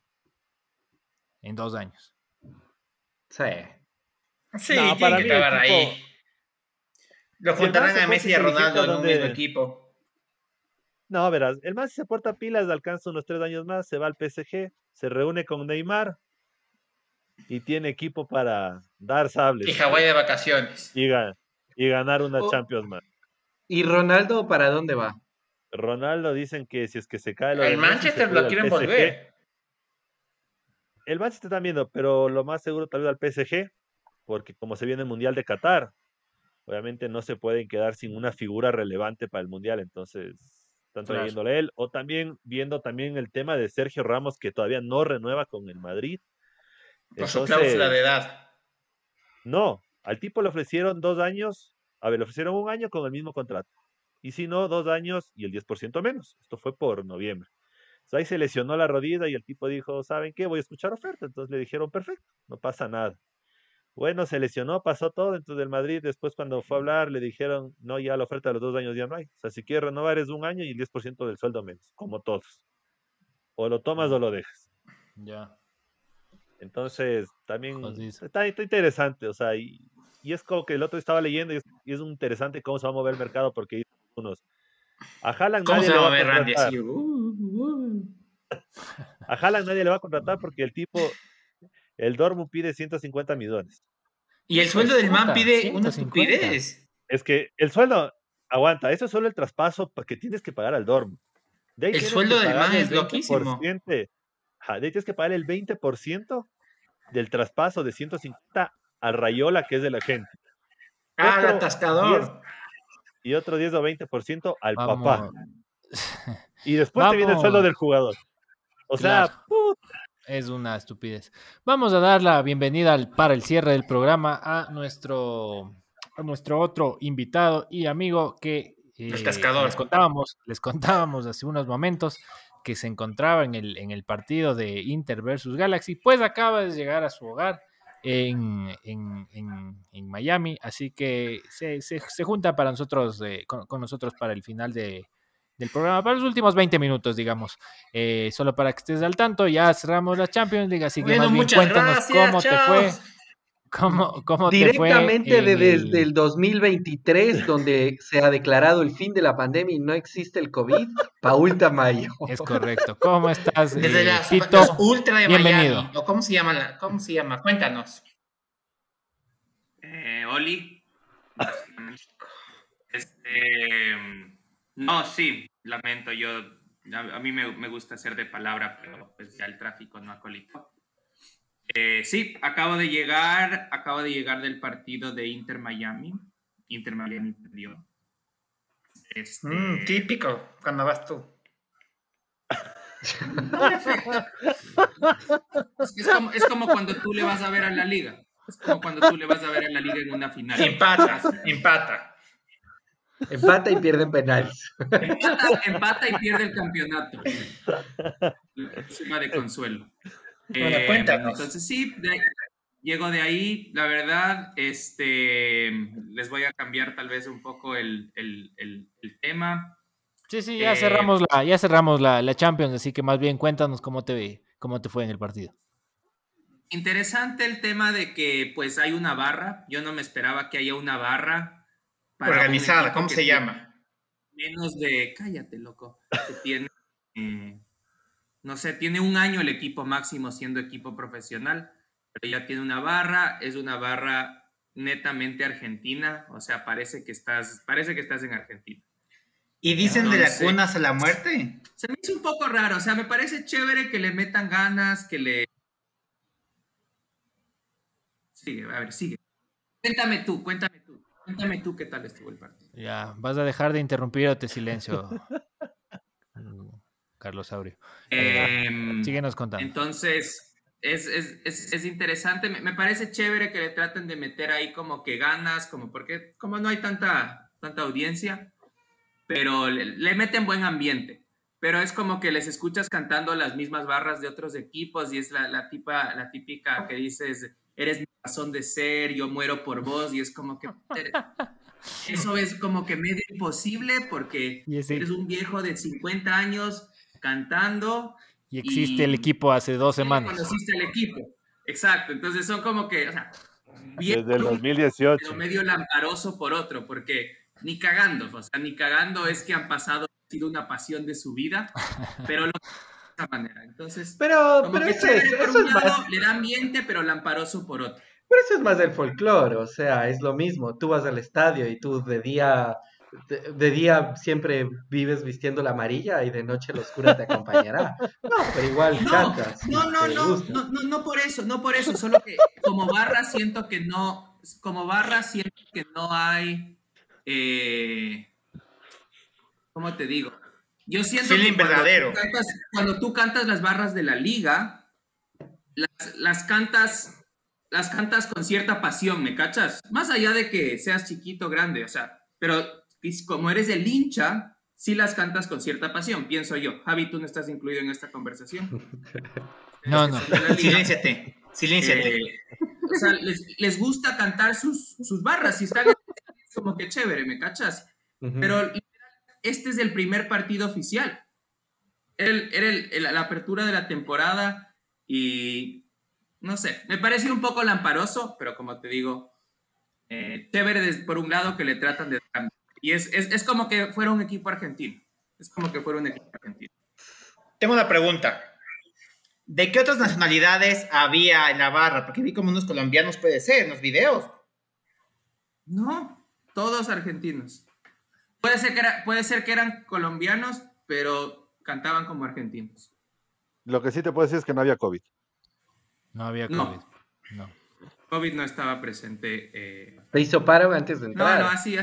En 2 años. Sí. Sí, No, tienen para que mí el acabar ahí. tipo, Lo si el man juntarán se a porta Messi y a inteligente a Ronaldo en un mismo donde, equipo. no, verás, el man si se porta pilas, alcanza unos 3 años más, se va al PSG, se reúne con Neymar y tiene equipo para dar Y sables Hawái de vacaciones. y ganar una Oh, Champions más. ¿y Ronaldo para dónde va? Ronaldo dicen que si es que se cae lo Al de Messi, se Manchester puede lo ir al quieren PSG. volver. El Manchester está viendo, pero lo más seguro tal vez al PSG, porque como se viene el Mundial de Qatar, obviamente no se pueden quedar sin una figura relevante para el Mundial, entonces están Claro. trayéndole a él, o también viendo también el tema de Sergio Ramos, que todavía no renueva con el Madrid. Por su cláusula de Entonces, edad. no, al tipo le ofrecieron 2 años, a ver, le ofrecieron un año con el mismo contrato, y si no, 2 años y el 10% menos. Esto fue por noviembre. Entonces, ahí se lesionó la rodilla y el tipo dijo, ¿saben qué? Voy a escuchar oferta. Entonces le dijeron, perfecto, no pasa nada. Bueno, se lesionó, pasó todo dentro del Madrid. Después, cuando fue a hablar, le dijeron, no, ya la oferta de los 2 años ya no hay. O sea, si quieres renovar es un año y el 10% del sueldo menos, como todos. O lo tomas o lo dejas. Ya. Entonces, también Jodido. está interesante. O sea, y es como que el otro estaba leyendo y es un interesante cómo se va a mover el mercado porque dicen unos, a Haaland ¿Cómo nadie se le va a va a mover Randy contratar. así? A Haaland nadie le va a contratar porque el tipo, el Dortmund pide 150 millones. Y el Hijo de sueldo del man puta, pide una 150. estupidez. Es que el sueldo, aguanta, eso es solo el traspaso que tienes que pagar al Dortmund. De ahí El tienes que sueldo del man pagarle el es loquísimo. 20%. Ajá, de ahí tienes que pagar el 20% del traspaso de 150 al Rayola, que es de la gente. Ah, el Otro 10 atascador. y otro 10 o 20% al papá. Vamos. Y después te viene el sueldo Vamos. del jugador. O Claro. sea, puta. Es una estupidez. Vamos a dar la bienvenida para el cierre del programa a nuestro otro invitado y amigo que El cascador. les contábamos hace unos momentos que se encontraba en el partido de Inter versus Galaxy, pues acaba de llegar a su hogar en Miami, así que se junta para nosotros, con nosotros para el final del programa, para los últimos 20 minutos, digamos. Solo para que estés al tanto, ya cerramos la Champions League, así que Bueno, más bien muchas cuéntanos gracias. cómo te Chao. fue, cómo te fue Directamente desde el... el 2023, donde se ha declarado el fin de la pandemia y no existe el COVID, Paul Tamayo. Es correcto. ¿Cómo estás, Desde las Tito? ultra de Bienvenido. Miami. ¿O cómo se llama? ¿Cómo se llama? Cuéntanos. Oli. No, sí, lamento, a mí me gusta ser de palabra, pero pues ya el tráfico no acolitó. Sí, acabo de llegar del partido de Inter Miami. Inter Miami perdió. Típico, cuando vas tú. Es como cuando tú le vas a ver a la liga. Es como cuando tú le vas a ver a la liga en una final. Empata. Empata y pierden penales. Empata y pierde el campeonato. Suma de consuelo. Bueno, cuéntanos. Entonces sí, llego de ahí. La verdad, les voy a cambiar tal vez un poco el tema. Sí, ya cerramos la Champions, así que más bien cuéntanos cómo te fue en el partido. Interesante el tema de que pues hay una barra. Yo no me esperaba que haya una barra para organizada. ¿Cómo se llama? Menos de, cállate, loco, que tiene, no sé, tiene un año el equipo máximo siendo equipo profesional. pero ya tiene una barra, es una barra netamente argentina, o sea, parece que estás en Argentina. ¿Y dicen de la Entonces, cuna hasta la muerte? se me hizo un poco raro, o sea, me parece chévere que le metan ganas, que le... Sigue, a ver, sigue. Cuéntame tú qué tal estuvo el partido. Ya, vas a dejar de interrumpir o te silencio, Carlos Aurio. Síguenos contando. Entonces, es interesante. Me parece chévere que le traten de meter ahí como que ganas, porque como no hay tanta audiencia, pero le meten buen ambiente. Pero es como que les escuchas cantando las mismas barras de otros equipos y es la típica que dices, eres mi razón de ser, yo muero por vos, y es como que eso es como que medio imposible porque eres un viejo de 50 años cantando y existe el equipo hace 2 semanas. Conociste el equipo, exacto. Entonces son como que, o sea, desde el 2018. Pero medio lamparoso por otro, porque ni cagando es que han pasado, ha sido una pasión de su vida, pero lo de esa manera. Entonces, pero que eso por un es lado más, le da ambiente, pero lamparoso por otro. pero eso es más del folclore, o sea, es lo mismo. Tú vas al estadio y tú de día siempre vives vistiendo la amarilla y de noche la oscura te acompañará. No, pero igual cantas y te gusta. No por eso, solo que como barra siento que no hay, ¿cómo te digo? Yo siento Feeling que verdadero. Cuando tú cantas las barras de la liga, las cantas con cierta pasión, ¿me cachas? Más allá de que seas chiquito, grande, o sea, pero como eres el hincha, sí las cantas con cierta pasión, pienso yo. Javi, tú no estás incluido en esta conversación. No. Silénciate. O sea, les gusta cantar sus barras y están como que chévere, ¿me cachas? Pero este es el primer partido oficial. Era la apertura de la temporada y no sé, me pareció un poco lamparoso, pero como te digo, chévere por un lado que le tratan de... Y es como que fuera un equipo argentino. Tengo una pregunta. ¿De qué otras nacionalidades había en la barra? Porque vi como unos colombianos, puede ser, en los videos. No, todos argentinos. Puede ser que eran colombianos, pero cantaban como argentinos. Lo que sí te puedo decir es que no había COVID. No había COVID. No. COVID no estaba presente. ¿Te hizo paro antes de entrar? No, así.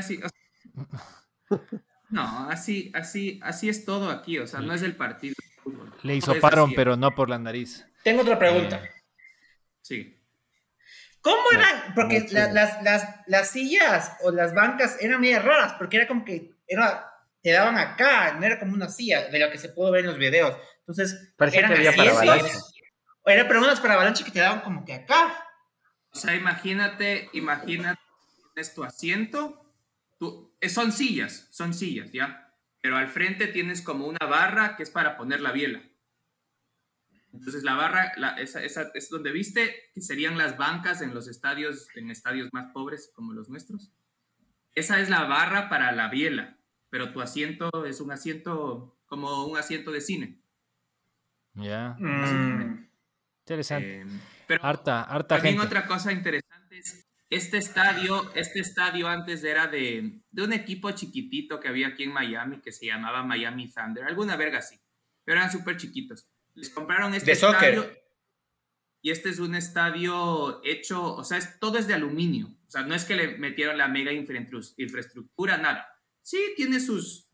No, así es todo aquí, o sea, no es el partido de fútbol. Le hizo paro, pero no por la nariz. Tengo otra pregunta. Sí. ¿Cómo eran? Porque las sillas o las bancas eran medio raras, porque era como que te daban acá, no era como una silla, de lo que se pudo ver en los videes. Entonces, parecía que había para avalancha. Era pero unas para avalancha que te daban como que acá. O sea, imagínate, tienes tu asiento, son sillas, ¿ya? Pero al frente tienes como una barra que es para poner la biela. Entonces la barra, esa es donde viste, que serían las bancas en estadios más pobres como los nuestros. Esa es la barra para la biela, pero tu asiento es un asiento como un asiento de cine. Ya. Interesante. Pero harta también gente. Otra cosa interesante es este estadio antes era de un equipo chiquitito que había aquí en Miami que se llamaba Miami Thunder, alguna verga así, pero eran súper chiquitos. Les compraron este estadio y este es un estadio hecho, o sea, todo es de aluminio, o sea, no es que le metieron la mega infraestructura, nada. Sí, tiene sus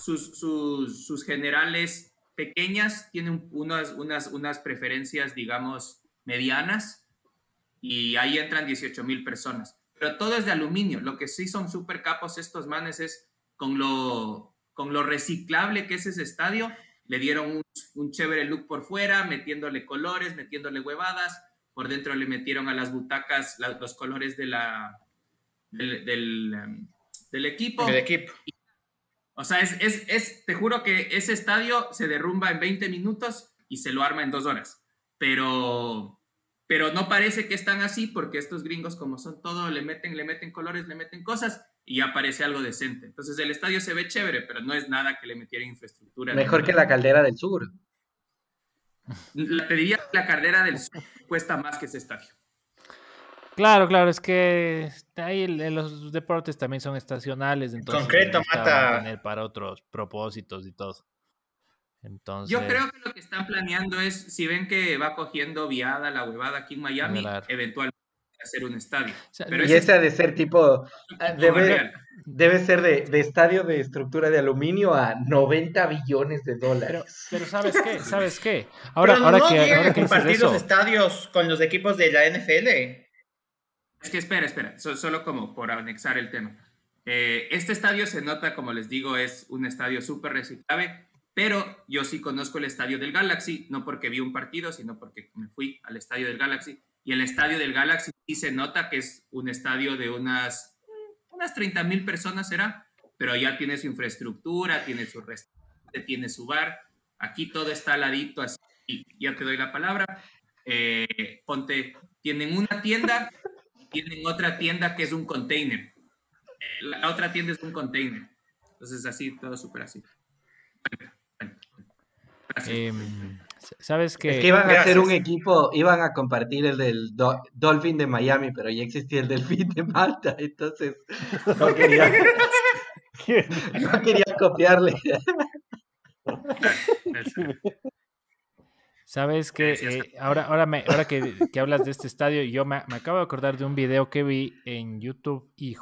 generales pequeñas, tiene unas preferencias, digamos, medianas, y ahí entran 18,000 personas. Pero todo es de aluminio. Lo que sí son súper capos estos manes es con lo reciclable que es ese estadio. Le dieron un chévere look por fuera, metiéndole colores, metiéndole huevadas. Por dentro le metieron a las butacas los colores del equipo. Del equipo. O sea, te juro que ese estadio se derrumba en 20 minutos y se lo arma en 2 horas. Pero no parece que están así porque estos gringos, como son todo, le meten colores, le meten cosas y ya parece algo decente. Entonces el estadio se ve chévere, pero no es nada que le metieran infraestructura. Mejor que la Caldera del Sur. Te diría que la Caldera del Sur cuesta más que ese estadio. Claro, es que ahí los deportes también son estacionales, entonces Concreto les gustaba mata. mantener para otros propósitos y todo. Entonces, Yo creo que lo que están planeando es, si ven que va cogiendo viada la huevada aquí en Miami, Claro. eventualmente hacer un estadio. sea, Pero Y ese ese ha de ser tipo, es más debe, real. debe ser de estadio de estructura de aluminio a 90 billones de dólares. pero ¿sabes qué? Pero Ahora no que llegan a dices compartir los eso, estadios con los equipos de la NFL. Es que espera, solo como por anexar el tema. Este estadio se nota, como les digo, es un estadio súper reciclable, pero yo sí conozco el estadio del Galaxy, no porque vi un partido, sino porque me fui al estadio del Galaxy. Y el estadio del Galaxy sí se nota que es un estadio de unas 30,000 personas, ¿será? Pero ya tiene su infraestructura, tiene su restaurante, tiene su bar. Aquí todo está al ladito, así. Y ya te doy la palabra. Ponte, tienen una tienda, tienen otra tienda que es un container. La otra tienda es un container. Entonces, así, todo súper así. Bueno, gracias. sabes Es que que iban a hacer un Gracias. equipo, iban a compartir el del Dolphin de Miami, pero ya existía el Delfín de Malta, entonces no quería, no quería copiarle. Sabes que ahora que hablas de este estadio, yo me acabo de acordar de un video que vi en YouTube y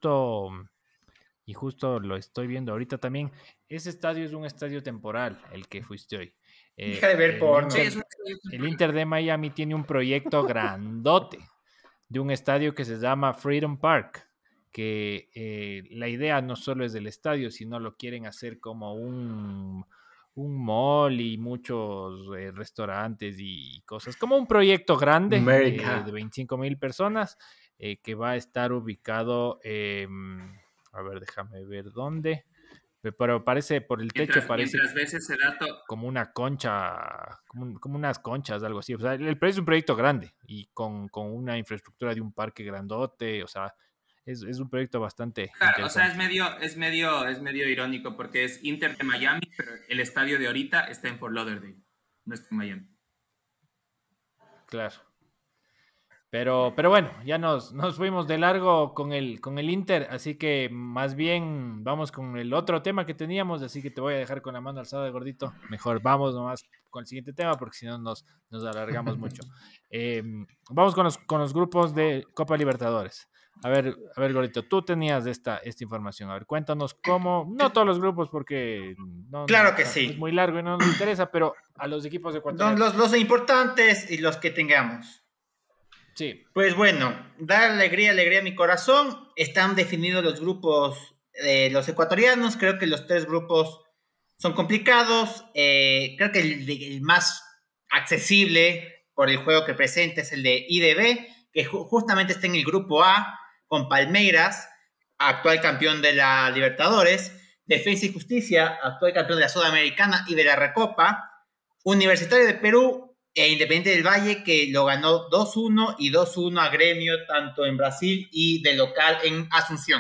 justo lo estoy viendo ahorita también. Ese estadio es un estadio temporal, el que fuiste hoy. Deja de ver El porno. Sí, El Inter de Miami tiene un proyecto grandote de un estadio que se llama Freedom Park, que la idea no solo es del estadio, sino lo quieren hacer como un mall y muchos restaurantes y cosas, como un proyecto grande America. de 25,000 personas que va a estar ubicado, a ver, déjame ver dónde, pero parece, por el techo parece mientras ves ese dato, como una concha, como unas conchas, algo así. O sea, es un proyecto grande y con una infraestructura de un parque grandote. O sea, es un proyecto bastante claro, o sea, interesante. es medio irónico porque es Inter de Miami, pero el estadio de ahorita está en Fort Lauderdale, no está en Miami. Claro. Pero bueno, ya nos fuimos de largo con el Inter, así que más bien vamos con el otro tema que teníamos, así que te voy a dejar con la mano alzada de gordito. Mejor vamos nomás con el siguiente tema porque si no nos alargamos mucho. Vamos con los grupos de Copa Libertadores. A ver, gordito, tú tenías esta información. A ver, cuéntanos cómo, no todos los grupos porque Claro que es muy sí. largo y no nos interesa, pero a los equipos Son ecuatorianos. los importantes y los que tengamos. Sí. Pues bueno, da alegría a mi corazón. Están definidos los grupos de los ecuatorianos. Creo que los 3 grupos son complicados. Creo que el más accesible por el juego que presenta es el de IDB, que justamente está en el grupo A con Palmeiras, actual campeón de la Libertadores, Defensa y Justicia, actual campeón de la Sudamericana y de la Recopa, Universitario de Perú e Independiente del Valle, que lo ganó 2-1 y 2-1 a Gremio, tanto en Brasil y de local en Asunción.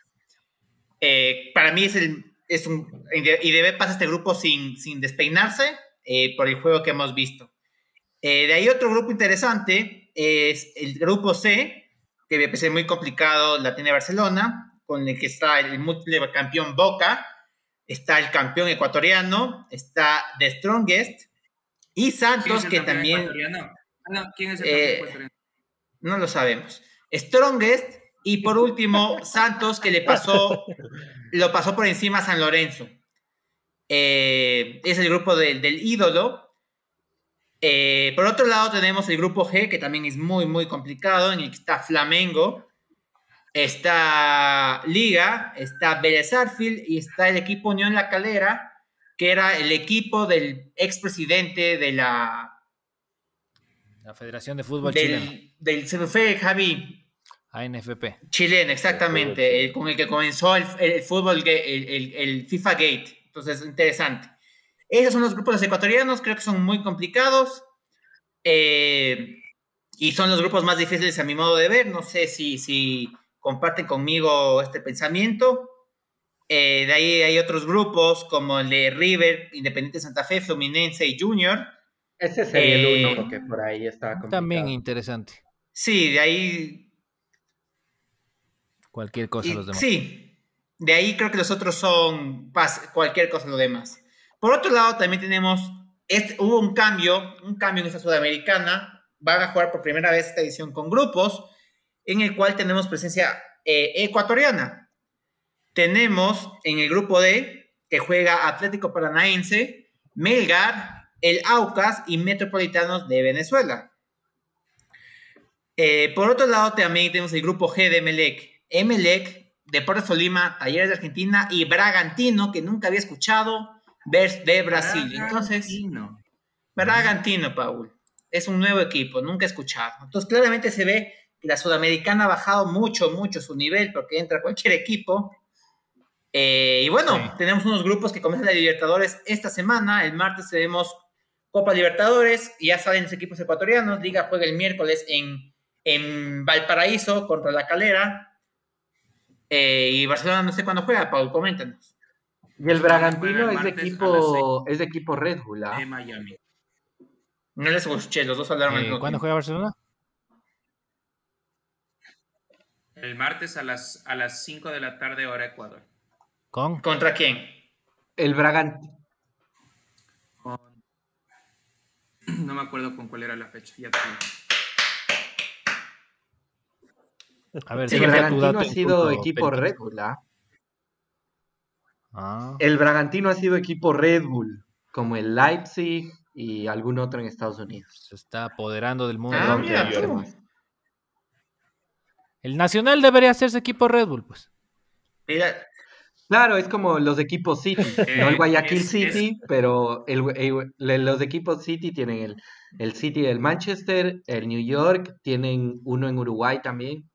Para mí IDB pasa este grupo sin despeinarse por el juego que hemos visto. De ahí otro grupo interesante es el grupo C, que me parece muy complicado, la tiene Barcelona, con el que está el múltiple campeón Boca, está el campeón ecuatoriano, está The Strongest, y Santos, que también... ¿Quién es el campeón ecuatoriano? No lo sabemos. Strongest, y por último, Santos, que lo pasó por encima a San Lorenzo. Es el grupo del ídolo. Por otro lado tenemos el grupo G, que también es muy, muy complicado, en el que está Flamengo, está Liga, está Vélez Sarsfield y está el equipo Unión La Calera, que era el equipo del expresidente de la Federación de Fútbol Chileno. Del CFF, Javi. ANFP. Chileno, exactamente, con el que comenzó el fútbol, el FIFA Gate. Entonces, interesante. Esos son los grupos ecuatorianos, creo que son muy complicados y son los grupos más difíciles a mi modo de ver. No sé si comparten conmigo este pensamiento. De ahí hay otros grupos como el de River, Independiente Santa Fe, Fluminense y Junior. Ese sería el único que por ahí está complicado. También interesante. Sí, de ahí Cualquier cosa los demás. Sí, de ahí creo que los otros son cualquier cosa lo demás. Por otro lado, también tenemos, hubo un cambio en esta Sudamericana. Van a jugar por primera vez esta edición con grupos, en el cual tenemos presencia ecuatoriana. Tenemos en el grupo D, que juega Atlético Paranaense, Melgar, el Aucas y Metropolitanos de Venezuela. Por otro lado, también tenemos el grupo G de Emelec, Deportes Tolima, Talleres de Argentina y Bragantino, que nunca había escuchado, de Brasil. Entonces, Bragantino, Paul, es un nuevo equipo, nunca he escuchado. Entonces, claramente se ve que la Sudamericana ha bajado mucho su nivel, porque entra cualquier equipo. Y bueno, sí, tenemos unos grupos que comienzan la Libertadores esta semana. El martes tenemos Copa Libertadores, y ya salen los equipos ecuatorianos. Liga juega el miércoles en Valparaíso contra La Calera. Y Barcelona no sé cuándo juega, Paul, coméntanos. Y el Bragantino es de equipo Red Bull, ¿ah? Miami. No les escuché, los dos hablaron al mismo ¿Cuándo tiempo. juega Barcelona? El martes a las 5 de la tarde, hora Ecuador. ¿Contra quién? El Bragantino. No me acuerdo con cuál era la fecha. Ya tengo. A ver, el Bragantino ha sido equipo Red Bull, ¿ah? El Bragantino ha sido equipo Red Bull, como el Leipzig y algún otro en Estados Unidos. Se está apoderando del mundo. El Nacional debería hacerse equipo Red Bull, pues. Mira. Claro, es como los equipos City, no el Guayaquil City, pero los equipos City tienen el City del Manchester, el New York, tienen uno en Uruguay también.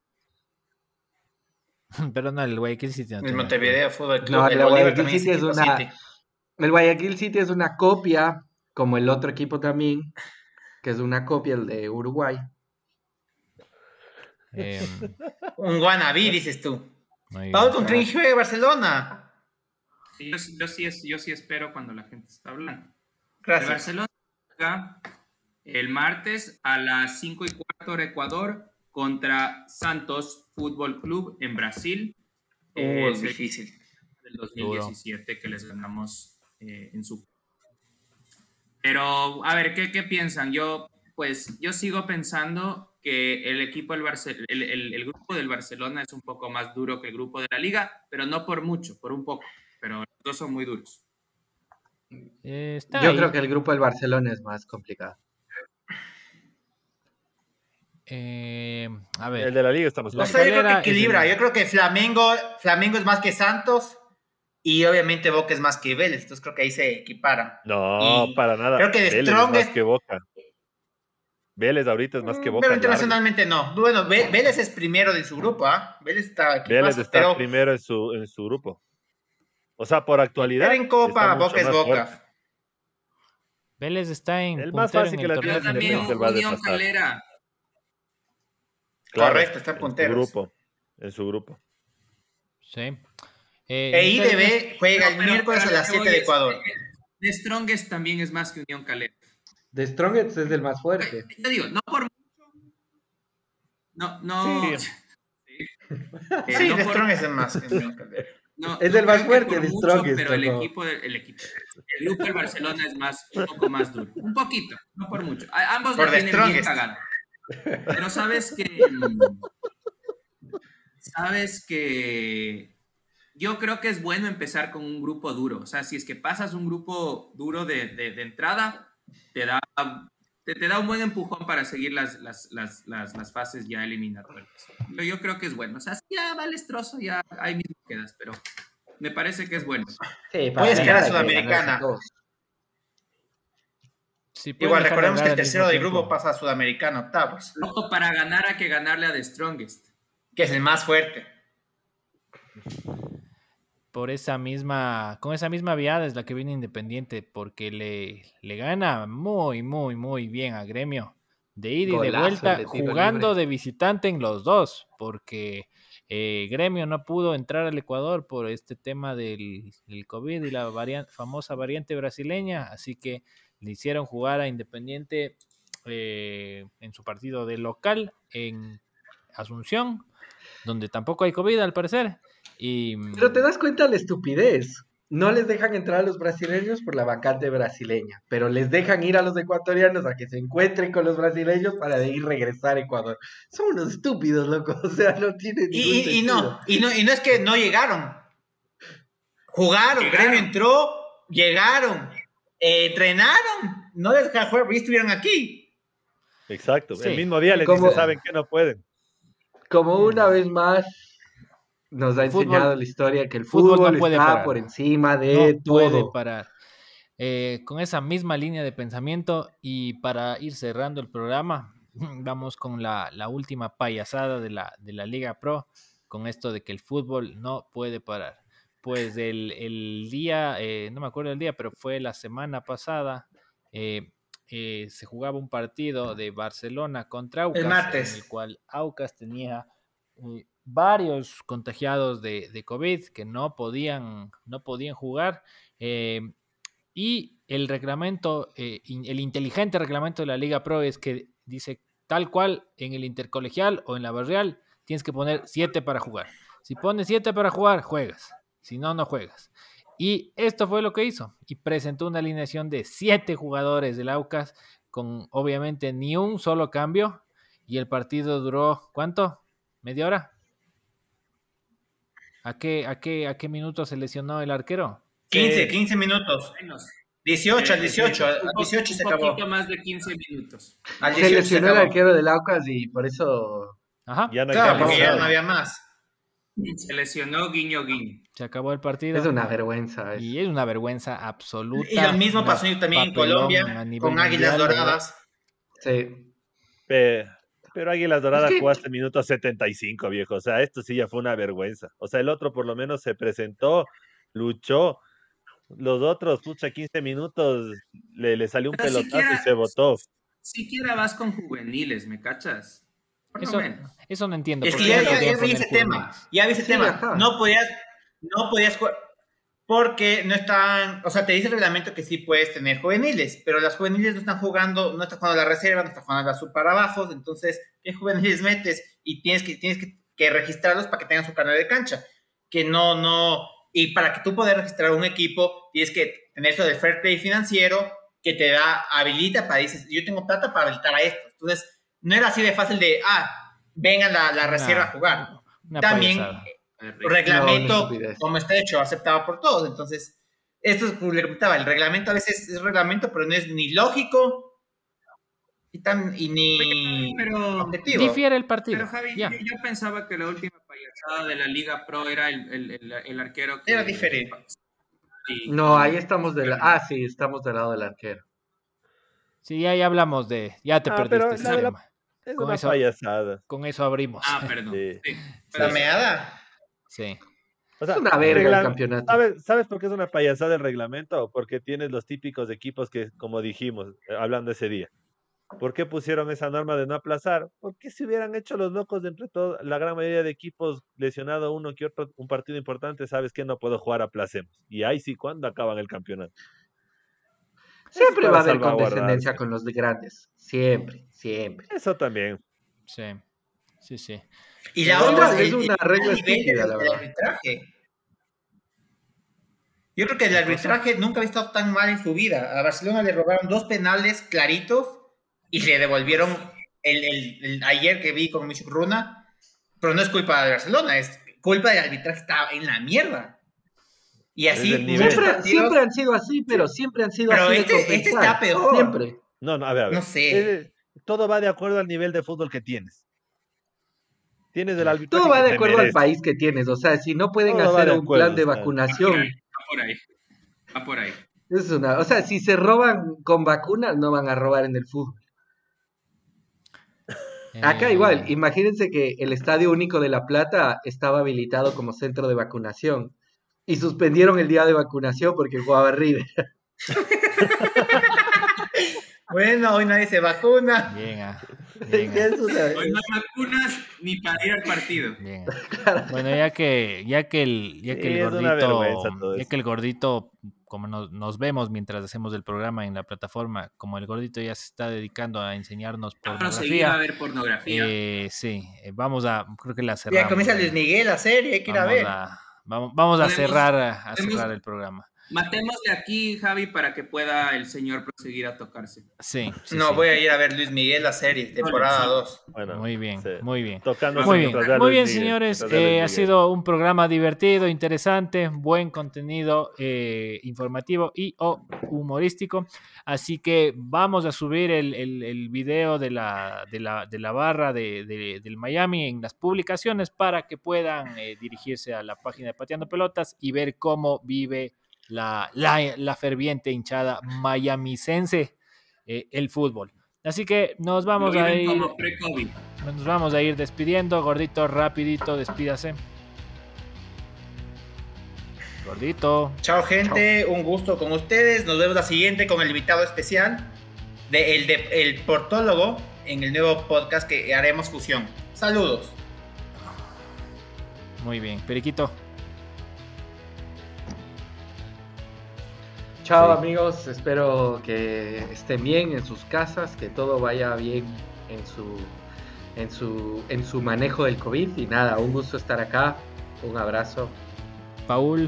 Pero no, el Guayaquil City no. El Montevideo Fútbol Club. No, el Guayaquil City es una... City. El Guayaquil City es una copia, como el otro equipo también, que es una copia, el de Uruguay. Un wannabe, dices tú. Paul, ¿con quién juega Barcelona? Sí, yo sí espero cuando la gente está hablando. Gracias. Barcelona juega el martes a las 5:15 hora Ecuador contra Santos Fútbol Club en Brasil. Es difícil. Del 2017 que les ganamos en su... Pero, a ver, ¿qué piensan? Yo sigo pensando que el equipo el grupo del Barcelona es un poco más duro que el grupo de la Liga, pero no por mucho, por un poco. Pero los dos son muy duros. Yo creo que el grupo del Barcelona es más complicado. A ver. El de la Liga está más complicado. Yo creo que equilibra. Yo creo que Flamengo es más que Santos. Y obviamente Boca es más que Vélez, entonces creo que ahí se equiparan. No, para nada. Creo que Vélez es más que Boca. Vélez ahorita es más que Boca. Pero internacionalmente no. Bueno, Vélez es primero de su grupo, ¿ah? Vélez está primero en su grupo. O sea, por actualidad. Pero en Copa, Boca es Boca. Fuerte. Vélez está en el más fácil que la torneo también Unión Calera. Claro, correcto, está en punteros. En su grupo. Sí. IDB juega el miércoles a las 7 de Ecuador. The Strongest también es más que Unión Calera. The Strongest es el más fuerte. Yo digo, no por mucho. No. Sí, The Strongest es más que Unión Calera. No, es el más fuerte, The Strongest. Pero el grupo del Barcelona es un poco más duro. Un poquito, no por mucho. Ambos lo tienen bien cagado. Pero sabes que yo creo que es bueno empezar con un grupo duro. O sea, si es que pasas un grupo duro de entrada, te da un buen empujón para seguir las fases ya eliminatorias. Yo creo que es bueno. O sea, si ya vales trozo, ya ahí mismo quedas, pero me parece que es bueno. Sí, puedes quedar a Sudamericana. Sí, igual recordemos que el tercero del grupo pasa a Sudamericana, octavos. No, para ganar hay que ganarle a The Strongest. Que es el más fuerte. Con esa misma viada es la que viene Independiente, porque le gana muy, muy, muy bien a Gremio. De ida y de vuelta, jugando libre de visitante en los dos, porque Gremio no pudo entrar al Ecuador por este tema del COVID y la famosa variante brasileña, así que le hicieron jugar a Independiente en su partido de local en Asunción. donde tampoco hay COVID al parecer. Pero te das cuenta de la estupidez. No les dejan entrar a los brasileños por la vacante brasileña, pero les dejan ir a los ecuatorianos a que se encuentren con los brasileños para de ahí regresar a Ecuador. Son unos estúpidos, loco. O sea, no tiene ningún sentido. Y no es que no llegaron. Jugaron, Gremio entró, llegaron, entrenaron, no les dejaron jugar, porque estuvieron aquí. Exacto, Sí. el mismo día les Como- dice, ¿saben qué? No pueden. Como una vez más nos ha El fútbol- enseñado la historia que el fútbol fútbol no puede está parar. por encima de No puede todo. parar. Con esa misma línea de pensamiento y para ir cerrando el programa, vamos con la última payasada de la Liga Pro, con esto de que el fútbol no puede parar. Pues el día, no me acuerdo el día, pero fue la semana pasada, se jugaba un partido de Barcelona contra Aucas, El martes. en el cual Aucas tenía varios contagiados de COVID que no podían jugar. Y el reglamento, el inteligente reglamento de la Liga Pro es que dice tal cual en el intercolegial o en la barrial, tienes que poner 7 para jugar. Si pones 7 para jugar, juegas. Si no, no juegas. Y esto fue lo que hizo. Y presentó una alineación de 7 jugadores del Aucas con obviamente ni un solo cambio. Y el partido duró, ¿cuánto? ¿Media hora? ¿A qué minuto se lesionó el arquero? 15 minutos. Menos. 18, al 18, al Un 18 se un acabó. poquito más de 15 minutos. Al Se 18 se lesionó el acabó. arquero del Aucas y por eso Ajá. Ya no hay Claro, cambio, porque ya nada. no había más. Se lesionó Guiño. Se acabó el partido. es una vergüenza. eso. Y es una vergüenza absoluta. Y lo mismo un pasó también en papelón Colombia, a nivel con Águilas mundial, ¿verdad? Doradas. Sí. Pero Águilas Doradas Es que- jugó hasta el minuto 75, viejo. O sea, esto sí ya fue una vergüenza. O sea, el otro por lo menos se presentó, luchó. Los otros, pucha, 15 minutos, le salió un Pero pelotazo siquiera- y se botó. Siquiera vas con juveniles, ¿me cachas? Por lo menos. Eso no entiendo. Es ¿por que qué ya, no ya, podían ya vi poner ese tema. juveniles? Ya vi ese Sí, tema. ajá. No podías jugar. Porque no están. O sea, te dice el reglamento que sí puedes tener juveniles, pero las juveniles no están jugando la reserva, no están jugando la sub para abajo. Entonces, ¿qué juveniles metes? Y tienes que registrarlos para que tengan su canal de cancha. Que no. Y para que tú puedas registrar un equipo, tienes que tener eso del fair play financiero que te habilita para dices, yo tengo plata para habilitar a esto. Entonces, no era así de fácil de, vengan la reserva a jugar. Una También payasada. reglamento, No, una estupidez. como está hecho, aceptado por todos. Entonces, esto es, le comentaba, el reglamento a veces es reglamento, pero no es ni lógico y ni Pero, objetivo. Difiere el partido. pero Javi, Ya. yo pensaba que la última payasada de la Liga Pro era el arquero que... Era diferente. Y- No, ahí estamos sí, estamos del lado del arquero. Sí, ya hablamos de. Ya te pero perdiste ese la de la- tema. Es Con una eso- payasada. Con eso abrimos. Ah, perdón. Sí. Sí, La perdón. meada. Sí. O sea, Es una verga el regla- campeonato. ¿Sabes por qué es una payasada el reglamento? Porque tienes los típicos equipos que, como dijimos, hablando ese día. ¿Por qué pusieron esa norma de no aplazar? Porque si hubieran hecho los locos de entre todos, la gran mayoría de equipos lesionado uno que otro, un partido importante, ¿sabes qué? No puedo jugar, aplacemos. Y ahí sí, ¿cuándo acaban el campeonato? Siempre para va a haber salvaguardarse. condescendencia con los de grandes. Siempre, siempre. Eso también. Sí. Sí, sí. Y la Es otra una- es una regla el nivel estúpida, la del verdad. arbitraje. Yo creo que el arbitraje nunca había estado tan mal en su vida. A Barcelona le robaron 2 penales claritos y le devolvieron el ayer que vi con Michuk Runa. Pero no es culpa de Barcelona, es culpa del arbitraje, está en la mierda. Y así Es el nivel. Siempre han sido así, pero siempre han sido Pero así de este compensar. está peor. Siempre. No, a ver. No sé. Todo va de acuerdo al nivel de fútbol que tienes. Tienes el arbitraje Todo va que de te acuerdo al mereces. país que tienes. O sea, si no pueden Todo va hacer de un acuerdo, plan de o sea. vacunación, Va por ahí. Va por ahí. es una. O sea, si se roban con vacunas, no van a robar en el fútbol. Acá igual, imagínense que el Estadio Único de La Plata estaba habilitado como centro de vacunación y suspendieron el día de vacunación porque jugaba River. Bueno, hoy nadie se vacuna. Bien, Es que es una- Hoy no hay vacunas ni para ir al partido. bien. Bueno, ya que el Sí, es una vergüenza todo ya eso. que el gordito como nos vemos mientras hacemos el programa en la plataforma, como el gordito ya se está dedicando a enseñarnos Seguir a pornografía, ver pornografía. sí, creo que la Ya cerramos. comienza Luis Miguel la serie, hay que ir a ver. Vamos a cerrar el programa. Matémosle aquí, Javi, para que pueda el señor proseguir a tocarse. Sí. No, voy a ir a ver Luis Miguel la serie, temporada 2. Bueno, Muy bien, sí. muy bien. Tocándose Muy bien, mientras vea muy Luis bien, Miguel, señores. mientras vea Luis Ha Miguel. sido un programa divertido, interesante, buen contenido informativo y humorístico. Así que vamos a subir el video de la barra del Miami en las publicaciones para que puedan dirigirse a la página de Pateando Pelotas y ver cómo vive la ferviente hinchada miamicense el fútbol. Así que nos vamos a ir. Como pre-COVID. Nos vamos a ir despidiendo. Gordito, rapidito, despídase. Gordito. Chao, gente. Un gusto con ustedes. Nos vemos la siguiente con el invitado especial el portólogo en el nuevo podcast que haremos fusión. Saludos. Muy bien. Periquito. Chao amigos, espero que estén bien en sus casas, que todo vaya bien en su manejo del COVID. Y nada, un gusto estar acá, un abrazo. Paul.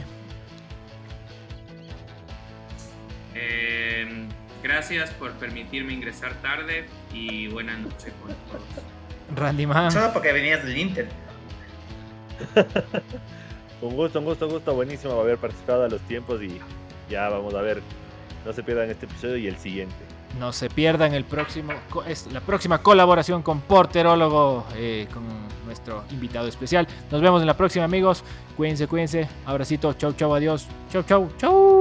Gracias por permitirme ingresar tarde y buena noche con todos. Randy Man. Solo porque venías del Inter. Un gusto, buenísimo haber participado a los tiempos y ya vamos a ver, no se pierdan este episodio y el siguiente. No se pierdan la próxima colaboración con Porterólogo, con nuestro invitado especial. Nos vemos en la próxima, amigos. Cuídense. Abracito. Chau, adiós. Chau.